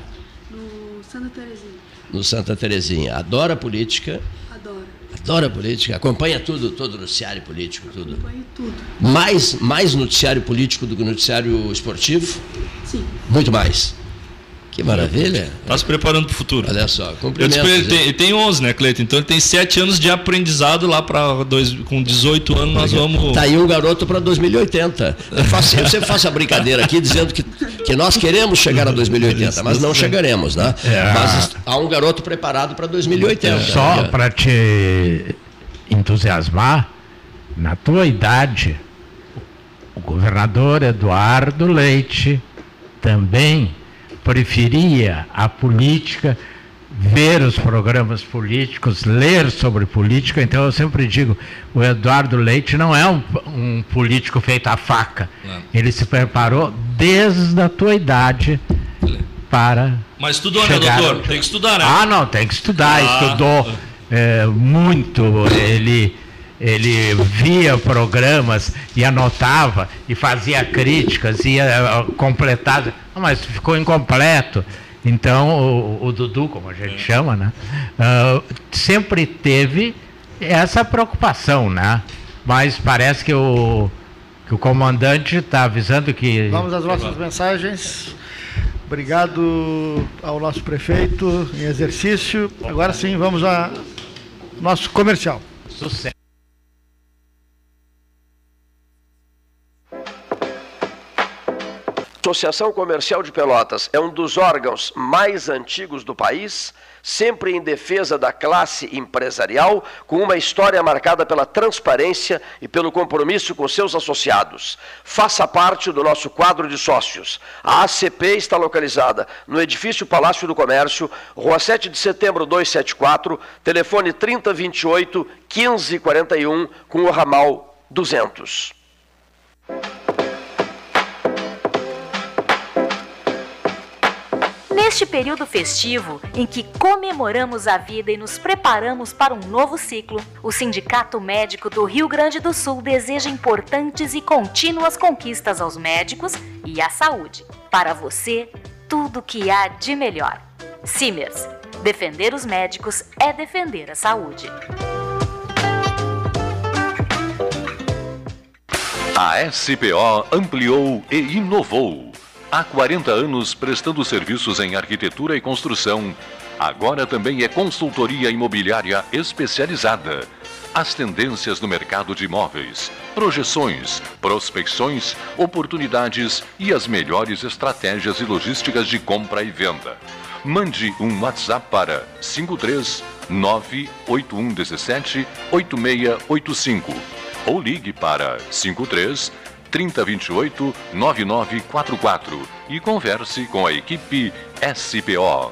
No Santa Terezinha. No Santa Terezinha. Adora política? Adoro. Adora política? Acompanha tudo, todo o noticiário político, tudo? Acompanho tudo. Mais, mais noticiário político do que noticiário esportivo? Sim. Muito mais. Que maravilha. Está se preparando para o futuro. Olha só, cumprimentos. Ele tem, ele tem onze, né, Cleiton? Então ele tem sete anos de aprendizado lá para com dezoito anos nós vamos... Está aí um garoto para dois mil e oitenta. Eu, faço, eu sempre faço a brincadeira aqui dizendo que, que nós queremos chegar a dois mil e oitenta, mas não chegaremos, né? É. Mas há um garoto preparado para dois mil e oitenta. Só para te entusiasmar, na tua idade, o governador Eduardo Leite também preferia a política, ver os programas políticos, ler sobre política. Então eu sempre digo, o Eduardo Leite não é um, um político feito a faca. Não. Ele se preparou desde a tua idade para. Mas estudou, né, doutor? Tem que estudar, né? Ah, não, tem que estudar. Ah. Estudou é, muito. Ele, ele via programas e anotava e fazia críticas, ia completar. Mas ficou incompleto. Então, o, o Dudu, como a gente é. chama, né, uh, sempre teve essa preocupação, né? Mas parece que o, que o comandante está avisando que... Vamos às nossas mensagens. Obrigado ao nosso prefeito em exercício. Agora sim, vamos ao nosso comercial. Sucesso. A Associação Comercial de Pelotas é um dos órgãos mais antigos do país, sempre em defesa da classe empresarial, com uma história marcada pela transparência e pelo compromisso com seus associados. Faça parte do nosso quadro de sócios. A A C P está localizada no edifício Palácio do Comércio, Rua sete de setembro duzentos e setenta e quatro, telefone trinta, vinte e oito, quinze, quarenta e um, com o ramal duzentos. Neste período festivo, em que comemoramos a vida e nos preparamos para um novo ciclo, o Sindicato Médico do Rio Grande do Sul deseja importantes e contínuas conquistas aos médicos e à saúde. Para você, tudo o que há de melhor. Simers, defender os médicos é defender a saúde. A S P O ampliou e inovou. Há quarenta anos prestando serviços em arquitetura e construção. Agora também é consultoria imobiliária especializada. As tendências no mercado de imóveis, projeções, prospecções, oportunidades e as melhores estratégias e logísticas de compra e venda. Mande um WhatsApp para cinco três nove oito um um sete oito seis oito cinco ou ligue para cinco três trinta, vinte e oito, nove nove quatro quatro e converse com a equipe S P O.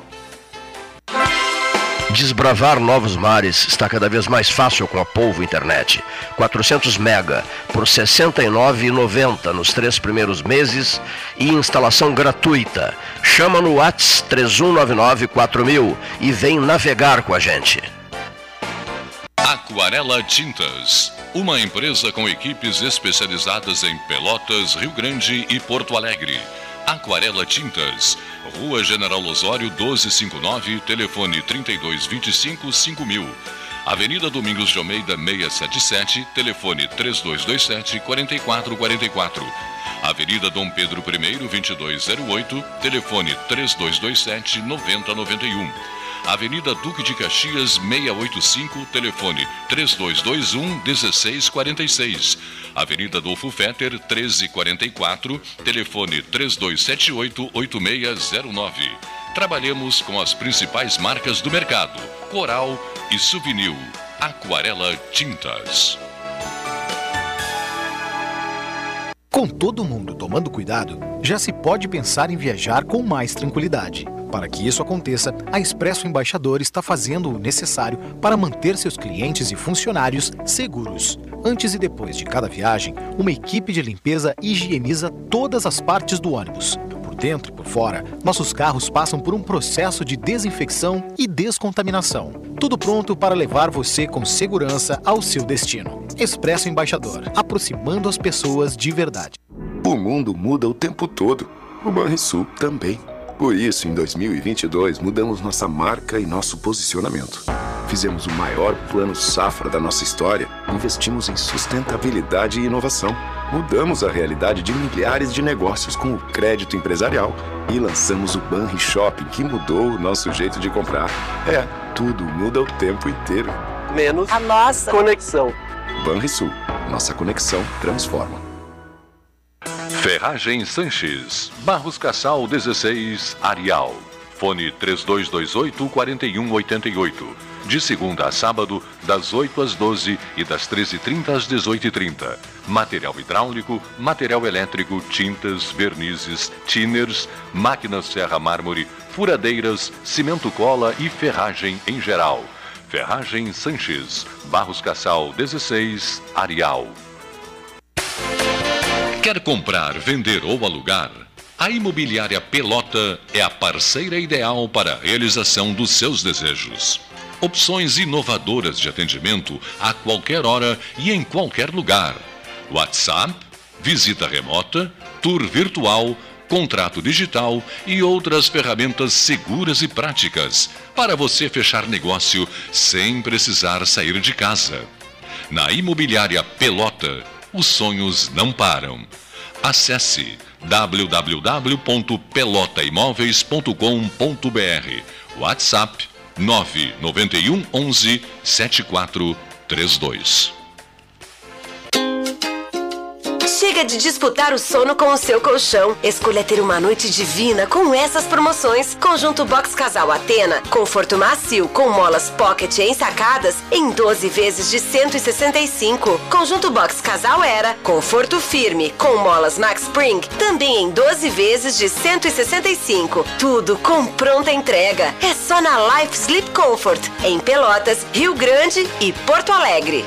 Desbravar novos mares está cada vez mais fácil com a Polvo Internet. quatrocentos mega por sessenta e nove reais e noventa centavos nos três primeiros meses e instalação gratuita. Chama no WhatsApp três um nove nove quatro mil e vem navegar com a gente. Aquarela Tintas, uma empresa com equipes especializadas em Pelotas, Rio Grande e Porto Alegre. Aquarela Tintas, Rua General Osório doze cinquenta e nove, telefone trinta e dois, vinte e cinco, cinco mil. Avenida Domingos de Almeida seiscentos e setenta e sete, telefone três dois dois sete, quatro quatro quatro quatro. Avenida Dom Pedro I, vinte e dois zero oito, telefone três dois dois sete, nove zero nove um. Avenida Duque de Caxias seiscentos e oitenta e cinco, telefone três dois dois um, um seis quatro seis. Avenida Adolfo Fetter trezentos e quarenta e quatro, telefone três dois sete oito, oito seis zero nove. Trabalhamos com as principais marcas do mercado: Coral e Souvenir. Aquarela Tintas. Com todo mundo tomando cuidado, já se pode pensar em viajar com mais tranquilidade. Para que isso aconteça, a Expresso Embaixador está fazendo o necessário para manter seus clientes e funcionários seguros. Antes e depois de cada viagem, uma equipe de limpeza higieniza todas as partes do ônibus. Por dentro e por fora, nossos carros passam por um processo de desinfecção e descontaminação. Tudo pronto para levar você com segurança ao seu destino. Expresso Embaixador, aproximando as pessoas de verdade. O mundo muda o tempo todo. O Banrisul também. Por isso, em dois mil e vinte e dois, mudamos nossa marca e nosso posicionamento. Fizemos o maior plano safra da nossa história, investimos em sustentabilidade e inovação. Mudamos a realidade de milhares de negócios com o crédito empresarial e lançamos o Banri Shopping, que mudou o nosso jeito de comprar. É, tudo muda o tempo inteiro. Menos a nossa conexão. Banrisul, nossa conexão transforma. Ferragem Sanches, Barros Cassal dezesseis, Arial. Fone três dois dois oito, quatro um oito oito. De segunda a sábado, das oito às doze e das treze e trinta às dezoito e trinta. Material hidráulico, material elétrico, tintas, vernizes, tinners, máquinas serra mármore, furadeiras, cimento cola e ferragem em geral. Ferragem Sanches, Barros Cassal dezesseis, Arial. Quer comprar, vender ou alugar? A Imobiliária Pelota é a parceira ideal para a realização dos seus desejos. Opções inovadoras de atendimento a qualquer hora e em qualquer lugar. WhatsApp, visita remota, tour virtual, contrato digital e outras ferramentas seguras e práticas para você fechar negócio sem precisar sair de casa. Na Imobiliária Pelota, os sonhos não param. Acesse w w w ponto pelota imóveis ponto com ponto b r. WhatsApp nove nove um onze sete quatro três dois. Chega de disputar o sono com o seu colchão. Escolha ter uma noite divina com essas promoções. Conjunto Box Casal Atena, conforto macio com molas pocket ensacadas em doze vezes de cento e sessenta e cinco. Conjunto Box Casal Era, conforto firme com molas Max Spring, também em doze vezes de cento e sessenta e cinco. Tudo com pronta entrega. É só na Life Sleep Comfort, em Pelotas, Rio Grande e Porto Alegre.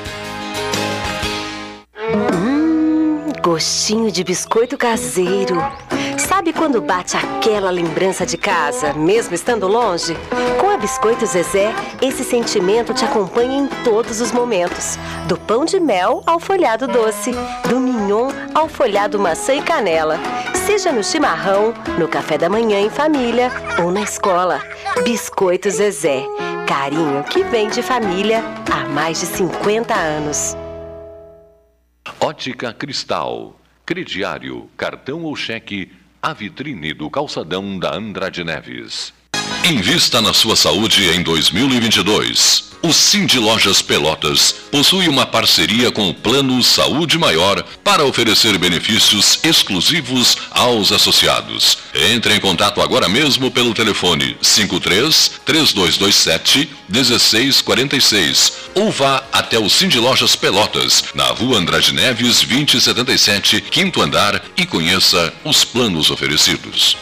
Gostinho de biscoito caseiro. Sabe quando bate aquela lembrança de casa, mesmo estando longe? Com a Biscoito Zezé, esse sentimento te acompanha em todos os momentos. Do pão de mel ao folhado doce, do mignon ao folhado maçã e canela. Seja no chimarrão, no café da manhã em família ou na escola. Biscoito Zezé. Carinho que vem de família há mais de cinquenta anos. Ótica Cristal, crediário, cartão ou cheque, a vitrine do calçadão da Andrade Neves. Invista na sua saúde em dois mil e vinte e dois. O Cindy Lojas Pelotas possui uma parceria com o Plano Saúde Maior para oferecer benefícios exclusivos aos associados. Entre em contato agora mesmo pelo telefone cinco três, três dois dois sete, um seis quatro seis ou vá até o Cindy Lojas Pelotas, na Rua Andrade Neves, vinte e setenta e sete, quinto andar, e conheça os planos oferecidos.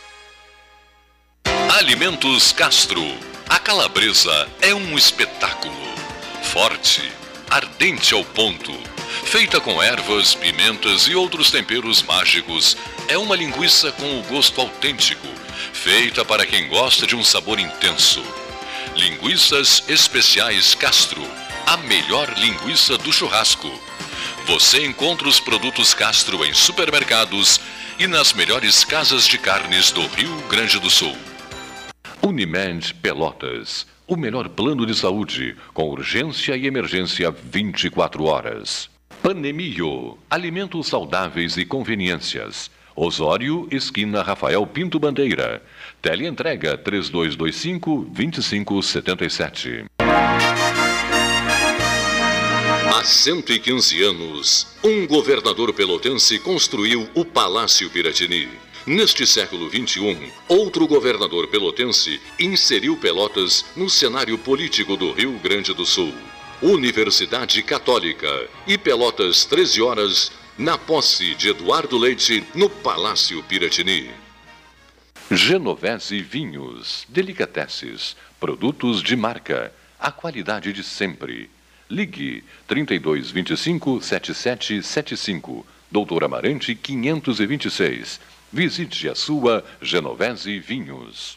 Alimentos Castro. A calabresa é um espetáculo. Forte, ardente ao ponto. Feita com ervas, pimentas e outros temperos mágicos, é uma linguiça com o gosto autêntico, feita para quem gosta de um sabor intenso. Linguiças Especiais Castro, a melhor linguiça do churrasco. Você encontra os produtos Castro em supermercados e nas melhores casas de carnes do Rio Grande do Sul. Unimed Pelotas, o melhor plano de saúde, com urgência e emergência vinte e quatro horas. Panemio, alimentos saudáveis e conveniências. Osório, esquina Rafael Pinto Bandeira. Teleentrega três dois dois cinco, dois cinco sete sete. Há cento e quinze anos, um governador pelotense construiu o Palácio Piratini. Neste século vinte e um, outro governador pelotense inseriu Pelotas no cenário político do Rio Grande do Sul. Universidade Católica e Pelotas, treze horas, na posse de Eduardo Leite, no Palácio Piratini. Genovese Vinhos, delicateces, produtos de marca, a qualidade de sempre. Ligue trinta e dois, vinte e cinco, setenta e sete setenta e cinco, Doutor Amarante quinhentos e vinte e seis. Visite a sua Genovese Vinhos.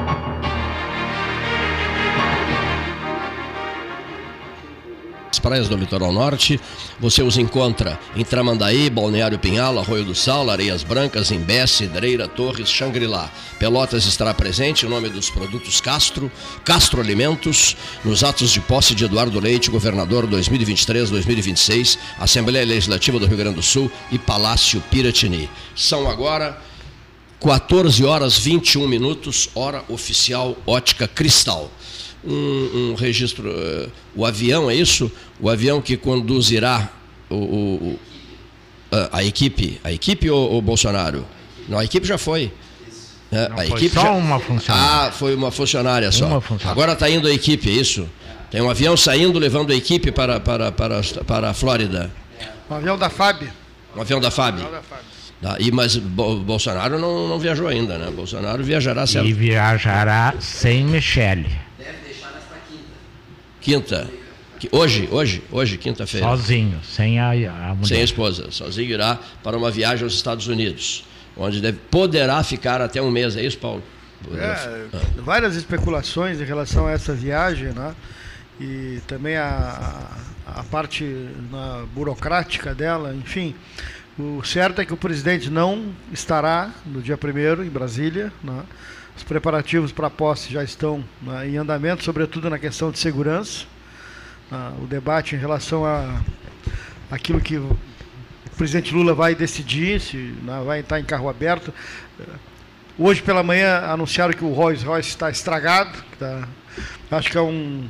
As praias do litoral norte, você os encontra em Tramandaí, Balneário Pinhal, Arroio do Sal, Areias Brancas, Imbé, Cidreira, Torres, Xangri-Lá. Pelotas estará presente em nome dos produtos Castro, Castro Alimentos, nos atos de posse de Eduardo Leite, governador dois mil e vinte e três a dois mil e vinte e seis, Assembleia Legislativa do Rio Grande do Sul e Palácio Piratini. São agora quatorze horas e vinte e um minutos, hora oficial Ótica Cristal. Um, um registro, uh, o avião, é isso? O avião que conduzirá o, o, a, a equipe, a equipe ou o Bolsonaro? Não, a equipe já foi. É, Não a foi equipe só já... uma funcionária. Ah, foi uma funcionária só. Uma funcionária. Agora está indo a equipe, é isso? Tem um avião saindo, levando a equipe para, para, para, para a Flórida. Um avião da F A B. Um avião da F A B. Um avião da F A B. Ah, e, mas Bo, Bolsonaro não, não viajou ainda, né? Bolsonaro viajará... Certo? E viajará sem Michele. Quinta. hoje, hoje, hoje, quinta-feira. Sozinho, sem a, a mulher. Sem a esposa, sozinho irá para uma viagem aos Estados Unidos, onde deve, poderá ficar até um mês, é isso, Paulo? É, várias especulações em relação a essa viagem, né? E também a, a parte na, burocrática dela, enfim. O certo é que o presidente não estará no dia primeiro em Brasília, né? Os preparativos para a posse já estão, né, em andamento, sobretudo na questão de segurança. Ah, o debate em relação a aquilo que o presidente Lula vai decidir, se, né, vai estar em carro aberto. Hoje pela manhã anunciaram que o Rolls Royce está estragado, que tá, acho que é um,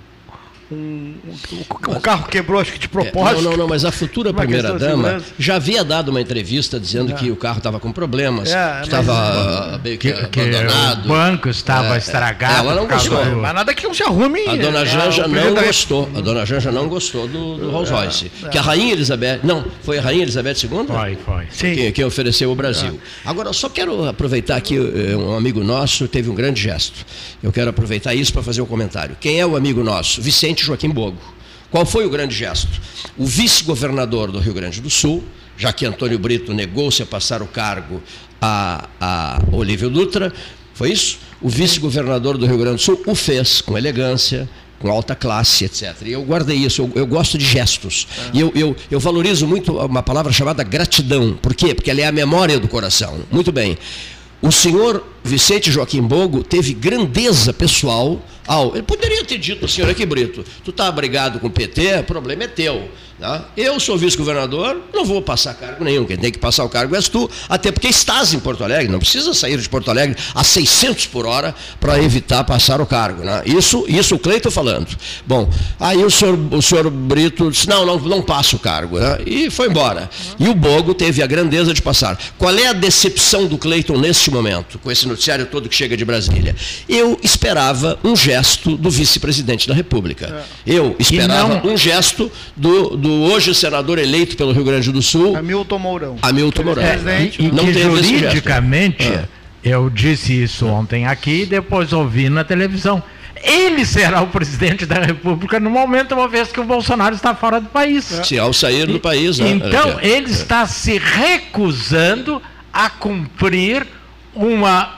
um, um o carro quebrou, acho que de propósito. É, não, não, não, mas a futura primeira-dama já havia dado uma entrevista dizendo é. que o carro estava com problemas, é, estava meio que, que abandonado. Que o banco estava é, estragado. Ela não gostou. Do... Mas nada que não se arrume. A dona Janja é, não gostou. A dona Janja não gostou do, do Rolls Royce. É, é. Que a Rainha Elizabeth... Não, foi a Rainha Elizabeth segunda? Foi, foi. Sim. Quem, quem ofereceu o Brasil. É. Agora, eu só quero aproveitar aqui, um amigo nosso teve um grande gesto. Eu quero aproveitar isso para fazer um comentário. Quem é o amigo nosso? Vicente Joaquim Bogo. Qual foi o grande gesto? O vice-governador do Rio Grande do Sul, já que Antônio Brito negou-se a passar o cargo a, a Olívio Dutra, foi isso? O vice-governador do Rio Grande do Sul o fez com elegância, com alta classe, etcétera. E eu guardei isso, eu, eu gosto de gestos. Ah. E eu, eu, eu valorizo muito uma palavra chamada gratidão. Por quê? Porque ela é a memória do coração. Muito bem. O senhor Vicente Joaquim Bogo teve grandeza pessoal ao... Ele poderia ter dito, senhor aqui, Brito, tu está abrigado com o P T, o problema é teu. Tá? Eu sou vice-governador, não vou passar cargo nenhum, quem tem que passar o cargo és tu, até porque estás em Porto Alegre, não precisa sair de Porto Alegre a seiscentos por hora para evitar passar o cargo. Né? Isso, isso o Cleiton falando. Bom, aí o senhor, o senhor Brito disse, não, não, não passa o cargo, né? E foi embora. E o Bogo teve a grandeza de passar. Qual é a decepção do Cleiton neste momento, com esse noticiário todo que chega de Brasília? Eu esperava um gesto do vice-presidente da República. Eu esperava não... um gesto do, do hoje senador eleito pelo Rio Grande do Sul, Hamilton Mourão. Hamilton Mourão. É, e, e não que teve juridicamente, ah. eu disse isso ontem aqui e depois ouvi na televisão. Ele será o presidente da República no momento, uma vez que o Bolsonaro está fora do país. Se ao sair do país, né? Então, ele está se recusando a cumprir uma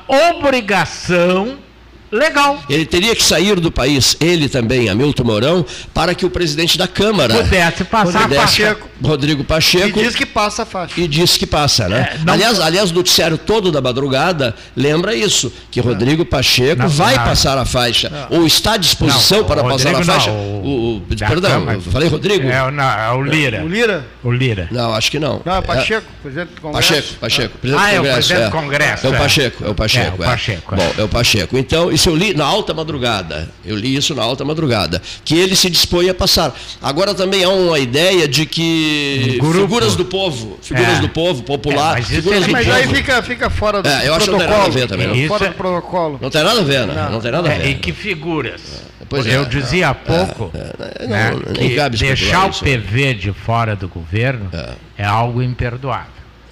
obrigação legal. Ele teria que sair do país, ele também, Hamilton Mourão, para que o presidente da Câmara pudesse passar pudesse, a faixa. Rodrigo Pacheco. E diz que passa a faixa. E diz que passa, né? É, não... aliás, aliás, o noticiário todo da madrugada lembra isso, que Rodrigo Pacheco não, vai não. passar a faixa, não. ou está à disposição não, para Rodrigo passar a faixa. Não, o, o, perdão, eu falei Rodrigo? É, não, é o Lira. O Lira? O Lira. Não, acho que não. Não, é Pacheco, é, presidente do Congresso. Pacheco, Pacheco, presidente ah, do Congresso. É o presidente do Congresso. É, é o Pacheco, é o Pacheco. É, o Pacheco é. Bom, é o Pacheco. Então, isso eu li na alta madrugada. Eu li isso na alta madrugada. Que ele se dispõe a passar. Agora também há uma ideia de que um figuras do povo, figuras é. do povo, popular. É, mas figuras do mas povo. aí fica, fica fora do é, eu acho protocolo. Que não tem nada a ver também. Não. Fora é... do protocolo. Não tem nada a ver, né? Não, não tem nada a ver. É, e que figuras? Pois eu é. dizia há pouco é, é, né, não, que deixar isso, o P V de fora do governo é, é algo imperdoável.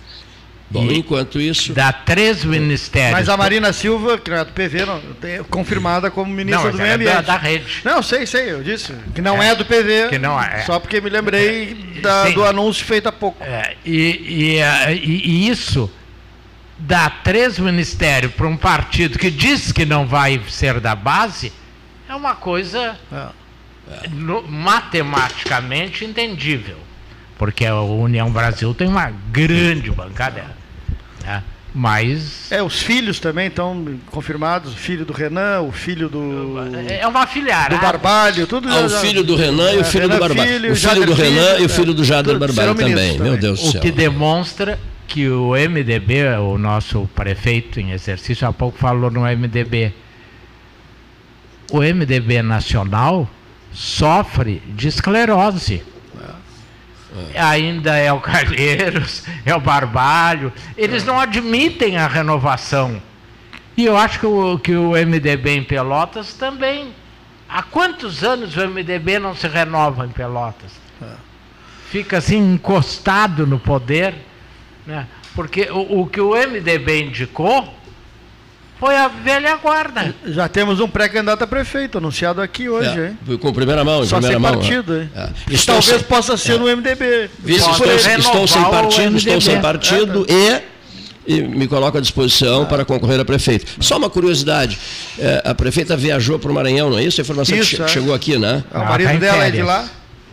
Bom, e enquanto isso... Dá três ministérios... Mas a Marina Silva, que não é do P V, não, é confirmada como ministra não, do Meio Ambiente. É da, da rede. Não, sei, sei, eu disse. Que não é, é do P V, que não é. Só porque me lembrei da, do anúncio feito há pouco. É, e, e, e, e isso dá três ministérios para um partido que diz que não vai ser da base, é uma coisa é. No, matematicamente entendível. Porque a União Brasil tem uma grande bancada. É, mas... É, os filhos também estão confirmados, o filho do Renan, o filho do... É uma filharada. Do Barbalho, tudo... Ah, o filho do Renan e o filho Renan do Barbalho. Filho, o filho Jader do Renan filho, e o filho do Jader Barbalho também. também, meu Deus do céu. O que demonstra que o M D B, o nosso prefeito em exercício, há pouco falou no M D B, o M D B nacional sofre de esclerose. É. Ainda é o Calheiros, é o Barbalho, eles não admitem a renovação. E eu acho que o, que o M D B em Pelotas também. Há quantos anos o M D B não se renova em Pelotas? É. Fica assim encostado no poder, né? Porque o, o que o M D B indicou foi a velha guarda. Já temos um pré-candidato a prefeito anunciado aqui hoje, É, hein? com primeira mão, em Só primeira sem mão. partido, é. hein? É. E Estou talvez sem- possa ser é. no M D B. Vice, Pode estou, renovar estou sem o partido, estou M D B. sem partido e, e me coloco à disposição para concorrer a prefeito. Só uma curiosidade, é, a prefeita viajou para o Maranhão, não é isso? A informação Isso, que che- é. chegou aqui, né? O marido dela é de lá?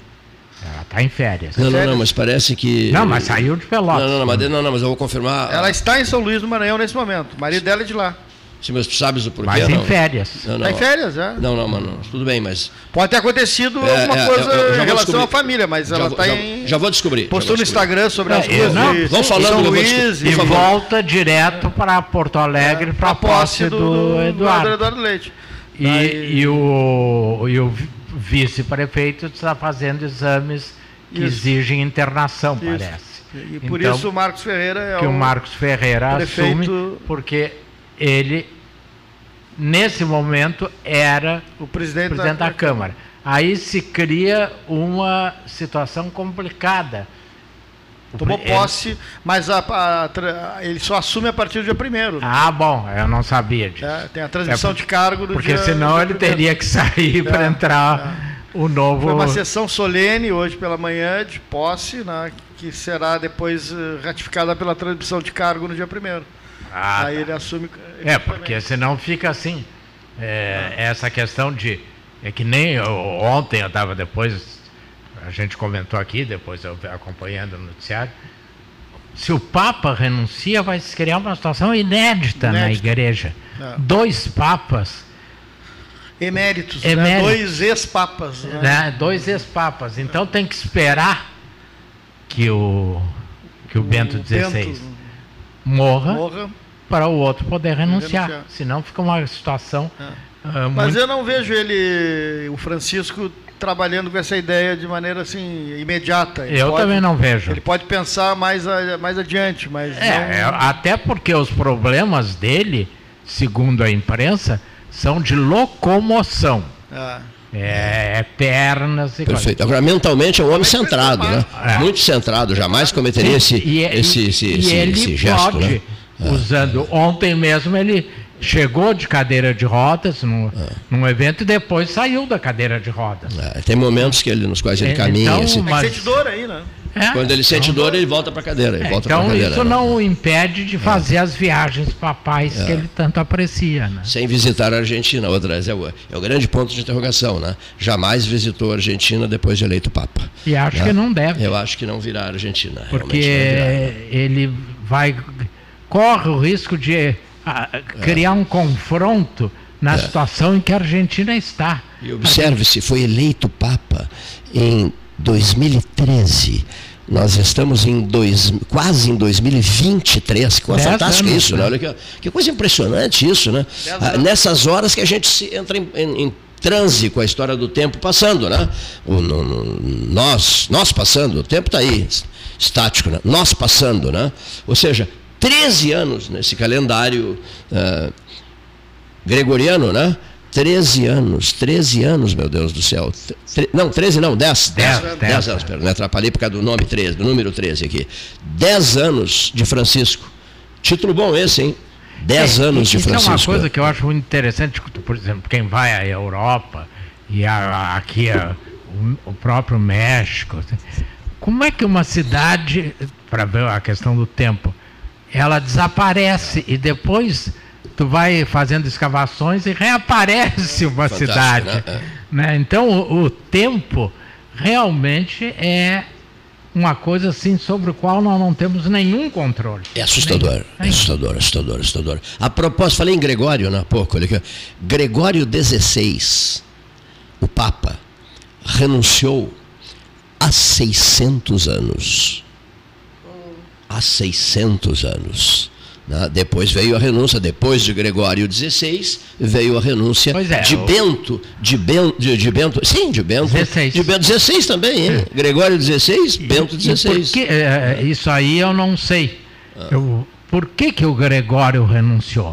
Ela está em férias. Não, não, não, mas parece que... Não, mas saiu de Pelotas. Não, não, não, mas, não, não, mas eu vou confirmar. Ela está em São Luís do Maranhão nesse momento. O marido dela é de lá. Sim, mas tu sabes o porquê? Mas em não? férias. Não, não. Está em férias, é? Não, não, mano, tudo bem, mas... Pode ter acontecido É, alguma é, coisa eu- eu já em vou relação descobrir. à família, mas Já ela vou- está já- em... já vou descobrir, já Postou vou no descobrir. Instagram sobre as É, coisas não, de vamos falando, São eu vou Luís descobrir, E por favor. volta direto para Porto Alegre para a posse do, do Eduardo. Eduardo Leite. E, e o, e o vice-prefeito está fazendo exames que Isso. exigem internação, Isso. parece. E por Então, isso o Marcos Ferreira é que o Marcos Ferreira prefeito- assume, porque ele, nesse momento, era o presidente, presidente da, da Câmara. Aí se cria uma situação complicada. O Tomou pre- posse, mas a- a tra- ele só assume a partir do dia primeiro. Ah, bom, eu não sabia disso. É, tem a transmissão É, de cargo do Porque dia... senão do ele primeiro. teria que sair para É, entrar o novo... Foi uma sessão solene hoje pela manhã de posse, né, que será depois eh, ratificada pela transmissão de cargo no dia primeiro. Ah, Aí tá. ele assume... É, porque senão fica assim. É, essa questão de... É que nem eu- ontem eu estava depois... A gente comentou aqui, depois eu acompanhando o noticiário. Se o Papa renuncia, vai se criar uma situação inédita, na Inédita. igreja. É. Dois papas, Eméritos, né? Eméritos. Dois ex-papas. Né? né? Dois ex-papas. Então tem que esperar que o, que o, Bento dezesseis morra, morra. para o outro poder renunciar. renunciar. Senão fica uma situação... ah, Mas muito- eu não vejo ele, o Francisco, trabalhando com essa ideia de maneira assim imediata. Ele Eu também não vejo. Ele pode pensar mais, a- mais adiante, mas É, não- até porque os problemas dele, segundo a imprensa, são de locomoção. Ah. É, é pernas e Perfeito. Agora, mentalmente é um homem centrado, né? É. Muito centrado, jamais cometeria esse, E, e- esse, esse, e esse, ele esse gesto, pode, né? usando... Ontem mesmo ele chegou de cadeira de rodas no, num evento e depois saiu da cadeira de rodas. É, tem momentos que ele, nos quais ele É, caminha. então, assim. mas- Sente dor aí, né? É, Quando ele sente dor, ele volta para a cadeira. Ele É, volta então pra cadeira, isso né? não o impede de fazer as viagens papais É. que ele tanto aprecia, né? Sem visitar a Argentina. Outra, é, o, é o grande ponto de interrogação, né? Jamais visitou a Argentina depois de eleito Papa. E acho né? que não deve. Eu acho que não virá a Argentina. Porque realmente não virá. ele vai corre o risco de ah, criar um confronto na situação em que a Argentina está. E observe-se, foi eleito Papa em dois mil e treze. Nós estamos em dois, quase em dois mil e vinte e três. Que Dez fantástico anos, isso, né? né? Olha que, que coisa impressionante isso, né? Ah, nessas horas que a gente se entra em, em, em transe com a história do tempo passando, né? O, no, no, nós, nós passando, o tempo está aí, estático, né? Nós passando, né? Ou seja, treze anos nesse calendário ah, gregoriano, né? treze anos, treze anos, meu Deus do céu. Tre- não, treze não, dez. Dez, dez, dez. anos, pera, me atrapalhei por causa do nome treze, do número treze aqui. dez anos de Francisco. Título bom esse, hein? dez É, anos de isso Francisco. é uma coisa que eu acho muito interessante, por exemplo, quem vai à Europa e a- a- aqui a- o, o próprio México. Como é que uma cidade, para ver a questão do tempo, ela desaparece e depois tu vai fazendo escavações e reaparece uma Fantástico, cidade. né? É. Né? Então o, o tempo realmente é uma coisa assim sobre o qual nós não temos nenhum controle. É assustador, é assustador, assustador, assustador. A propósito, falei em Gregório, né, há pouco, olha aqui. Gregório dezesseis, o Papa, renunciou há seiscentos anos. Há seiscentos anos. Né? Depois veio a renúncia, depois de Gregório dezesseis, veio a renúncia Pois é, de o- Bento, de, Ben, de, de Bento, sim, de Bento, dezesseis. de Bento dezesseis também, hein? Gregório dezesseis, Bento E dezesseis. por que, é, isso aí eu não sei. Ah. Eu- por que, que o Gregório renunciou?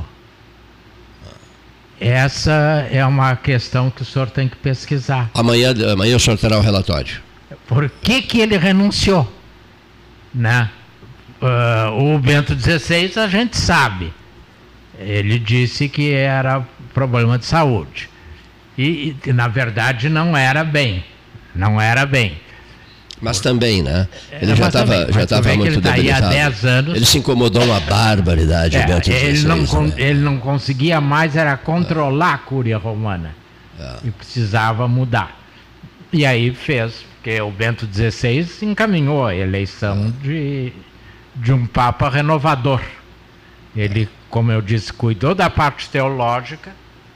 Essa é uma questão que o senhor tem que pesquisar. Amanhã, amanhã o senhor terá o relatório. Por que, que ele renunciou? Né? Ah, o Bento dezesseis a gente sabe. Ele disse que era problema de saúde. E, e na verdade, não era bem. Não era bem. Mas também, né? Ele É, já mas estava também, já mas estava também que muito ele tá aí há debilitado. dez anos. Ele se incomodou uma barbaridade, É, Bento ele, não, dezesseis, con- né? ele não conseguia mais, era controlar a Cúria Romana. É. E precisava mudar. E aí fez, porque o Bento dezesseis encaminhou a eleição de, de um Papa renovador. Ele, como eu disse, cuidou da parte teológica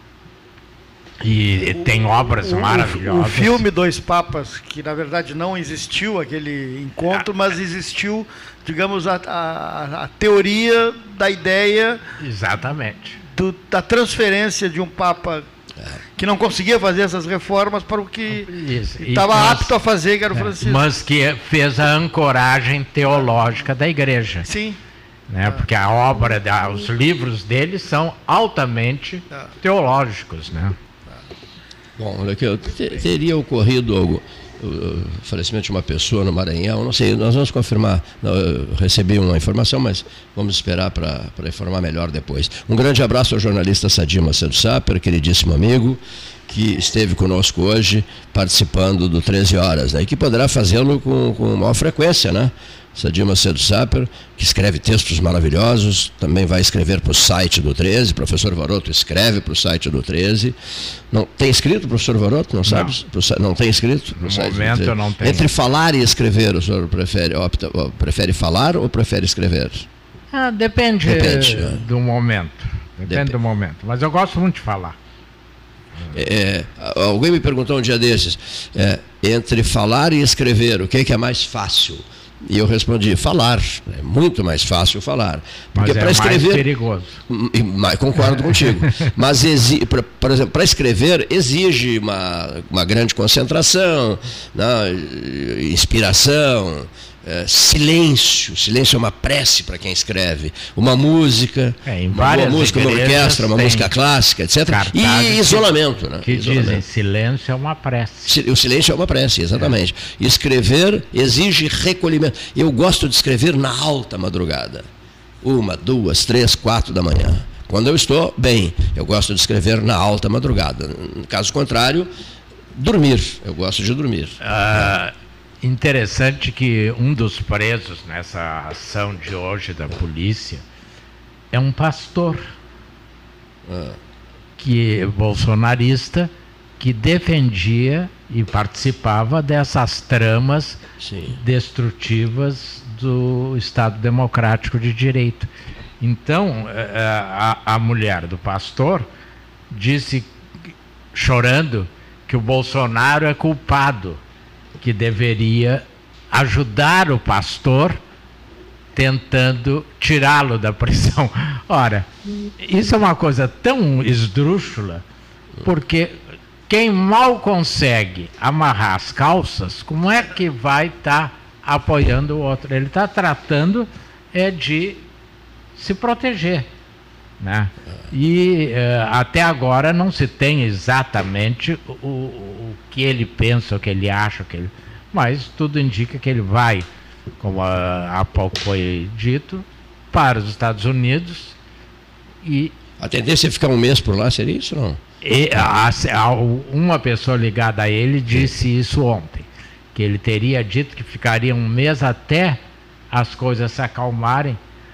e tem obras O- o- maravilhosas. O filme Dois Papas, que na verdade não existiu aquele encontro, mas existiu, digamos, a, a, a teoria da ideia Exatamente. do, da transferência de um Papa que não conseguia fazer essas reformas para o que Isso. E estava nós- apto a fazer, que era o É, Francisco. mas que fez a ancoragem teológica da igreja. Sim. Né? Porque a obra, da, os livros dele são altamente teológicos. Né? Bom, olha aqui, eu te- teria ocorrido algo, o falecimento de uma pessoa no Maranhão, não sei, nós vamos confirmar. Não, eu recebi uma informação, mas vamos esperar para informar melhor depois. Um grande abraço ao jornalista Sadir Macedo Saper, queridíssimo amigo, que esteve conosco hoje participando do treze horas, né? E que poderá fazê-lo com, com maior frequência, né? Sadir Macedo Saper, que escreve textos maravilhosos, também vai escrever para o site do treze, professor Varoto escreve para o site do treze. Não, tem escrito, professor Varoto? Não sabe? Não, não tem escrito? No momento eu não tenho. Entre falar e escrever, o senhor prefere, opta, prefere falar ou prefere escrever? Ah, depende, Depende, eh, é. do momento. Depende Depende. do momento. Mas eu gosto muito de falar. É, alguém me perguntou um dia desses, é, entre falar e escrever, o que é, que é mais fácil? E eu respondi, falar. É muito mais fácil falar. Porque Mas é para escrever. mais perigoso. E- mas concordo contigo. Mas, exi, pra, por exemplo, para escrever exige uma, uma grande concentração, né, inspiração, é, silêncio. Silêncio é uma prece para quem escreve. Uma música, É, em uma boa várias música, uma igrejas orquestra, uma tem música clássica, etcétera. cartazes E que- isolamento. Né? Que Isolamento. dizem, silêncio é uma prece. Si- O silêncio é uma prece, exatamente. Escrever exige recolhimento. Eu gosto de escrever na alta madrugada. Uma, duas, três, quatro da manhã. Quando eu estou bem, eu gosto de escrever na alta madrugada. No caso contrário, dormir. Eu gosto de dormir. Ah, interessante que um dos presos nessa ação de hoje da polícia é um pastor que bolsonarista que defendia e participava dessas tramas Sim. destrutivas do Estado Democrático de Direito. Então, eh, a, a mulher do pastor disse, chorando, que o Bolsonaro é culpado, que deveria ajudar o pastor tentando tirá-lo da prisão. Ora, isso é uma coisa tão esdrúxula, porque quem mal consegue amarrar as calças, como é que vai estar apoiando o outro? Ele está tratando é de se proteger, né? E eh, até agora não se tem exatamente o, o, o que ele pensa, o que ele acha, o que ele... mas tudo indica que ele vai, como há, há pouco foi dito, para os Estados Unidos e... A tendência é ficar um mês por lá, seria isso ou não? E a, a, uma pessoa ligada a ele disse isso ontem, que ele teria dito que ficaria um mês até as coisas se acalmarem,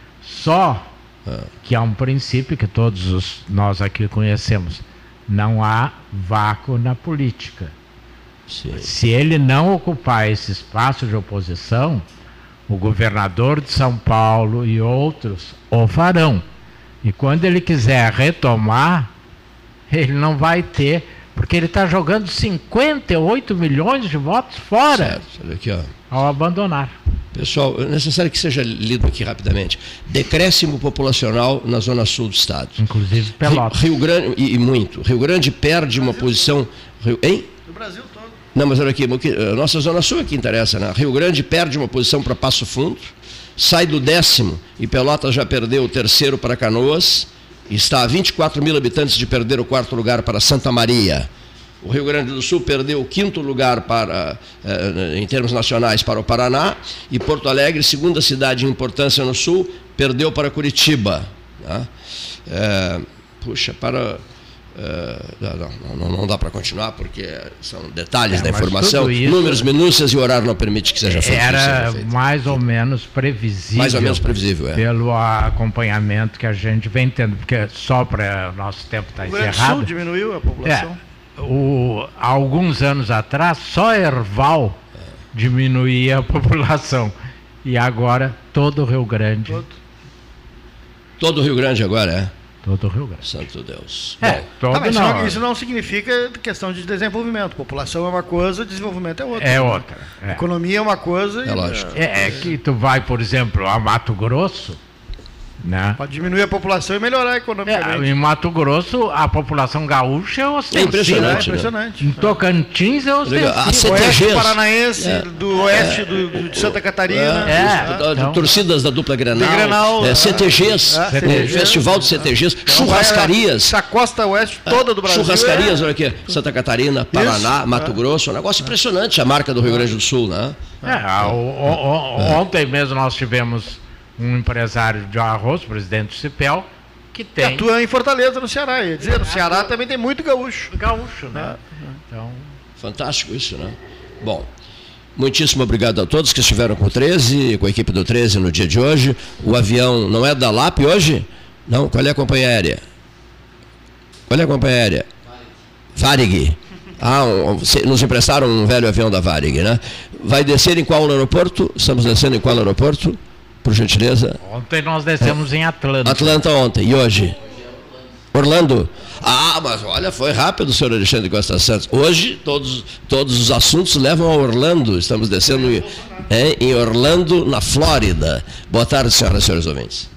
só que há um princípio que todos os, nós aqui conhecemos, não há vácuo na política. Sim. Se ele não ocupar esse espaço de oposição, o governador de São Paulo e outros o farão. E quando ele quiser retomar, ele não vai ter, porque ele está jogando cinquenta e oito milhões de votos fora. Certo, olha aqui, ó. Ao abandonar. Pessoal, é necessário que seja lido aqui rapidamente. Decréscimo populacional na zona sul do estado. Inclusive Pelotas. Rio, Rio Grande, e, e muito. Rio Grande perde uma posição... Rio, hein? No Brasil todo. Não, mas olha aqui, a nossa zona sul é que interessa, né? Rio Grande perde uma posição para Passo Fundo, sai do décimo e Pelotas já perdeu o terceiro para Canoas, está a vinte e quatro mil habitantes de perder o quarto lugar para Santa Maria. O Rio Grande do Sul perdeu o quinto lugar para, eh, em termos nacionais para o Paraná, e Porto Alegre, segunda cidade em importância no Sul, perdeu para Curitiba. Né? É, puxa, para... É, não, não, não dá para continuar, porque são detalhes é, da informação, isso, números, minúcias, e o horário não permite que seja feito. Era feito. mais ou menos previsível. Mais ou menos previsível, é. Pelo acompanhamento que a gente vem tendo, porque só para o nosso tempo está encerrado. O Rio Grande do Sul diminuiu a população? É, o, há alguns anos atrás, só Erval é. diminuía a população. E agora todo o Rio Grande. Todo, todo o Rio Grande agora, é? Todo o Rio Grande. Santo Deus. É, todo ah, mas não, não, isso não significa questão de desenvolvimento. População é uma coisa, desenvolvimento é outra. É né? outra. É. Economia é uma coisa. É e... lógico. É, é que tu vai, por exemplo, a Mato Grosso, né? Pode diminuir a população e melhorar economicamente. É, em Mato Grosso, a população gaúcha é ostensiva. É impressionante. É impressionante. Em Tocantins é ostensiva. A C T Gs. Oeste paranaense, é. do oeste é. do, do, de Santa Catarina. É. É. Então, torcidas da dupla Grenal. Grenal é, C T Gs. É. C T Gs. Festival de C T Gs. Então, churrascarias. A costa oeste toda do Brasil. Churrascarias, olha aqui. Santa Catarina, Paraná, Isso. Mato Grosso. Um negócio impressionante a marca do Rio Grande do Sul, né? É, o, o, o, ontem mesmo nós tivemos um empresário de arroz, presidente do Cipel, que tem... Que atua em Fortaleza, no Ceará. Ia dizer, no Ceará também tem muito gaúcho. Gaúcho, né? Então... Fantástico isso, né? Bom, muitíssimo obrigado a todos que estiveram com o treze, com a equipe do treze no dia de hoje. O avião não é da L A P hoje? Não? Qual é a companhia aérea? Qual é a companhia aérea? Varig. Ah, um, nos emprestaram um velho avião da Varig, né? Vai descer em qual aeroporto? Estamos descendo em qual aeroporto? Por gentileza. Ontem nós descemos é. em Atlanta. Atlanta ontem. E hoje? Orlando. Ah, mas olha, foi rápido, senhor Alexandre Costa Santos. Hoje, todos, todos os assuntos levam a Orlando. Estamos descendo em, é, em Orlando, na Flórida. Boa tarde, senhoras e senhores ouvintes.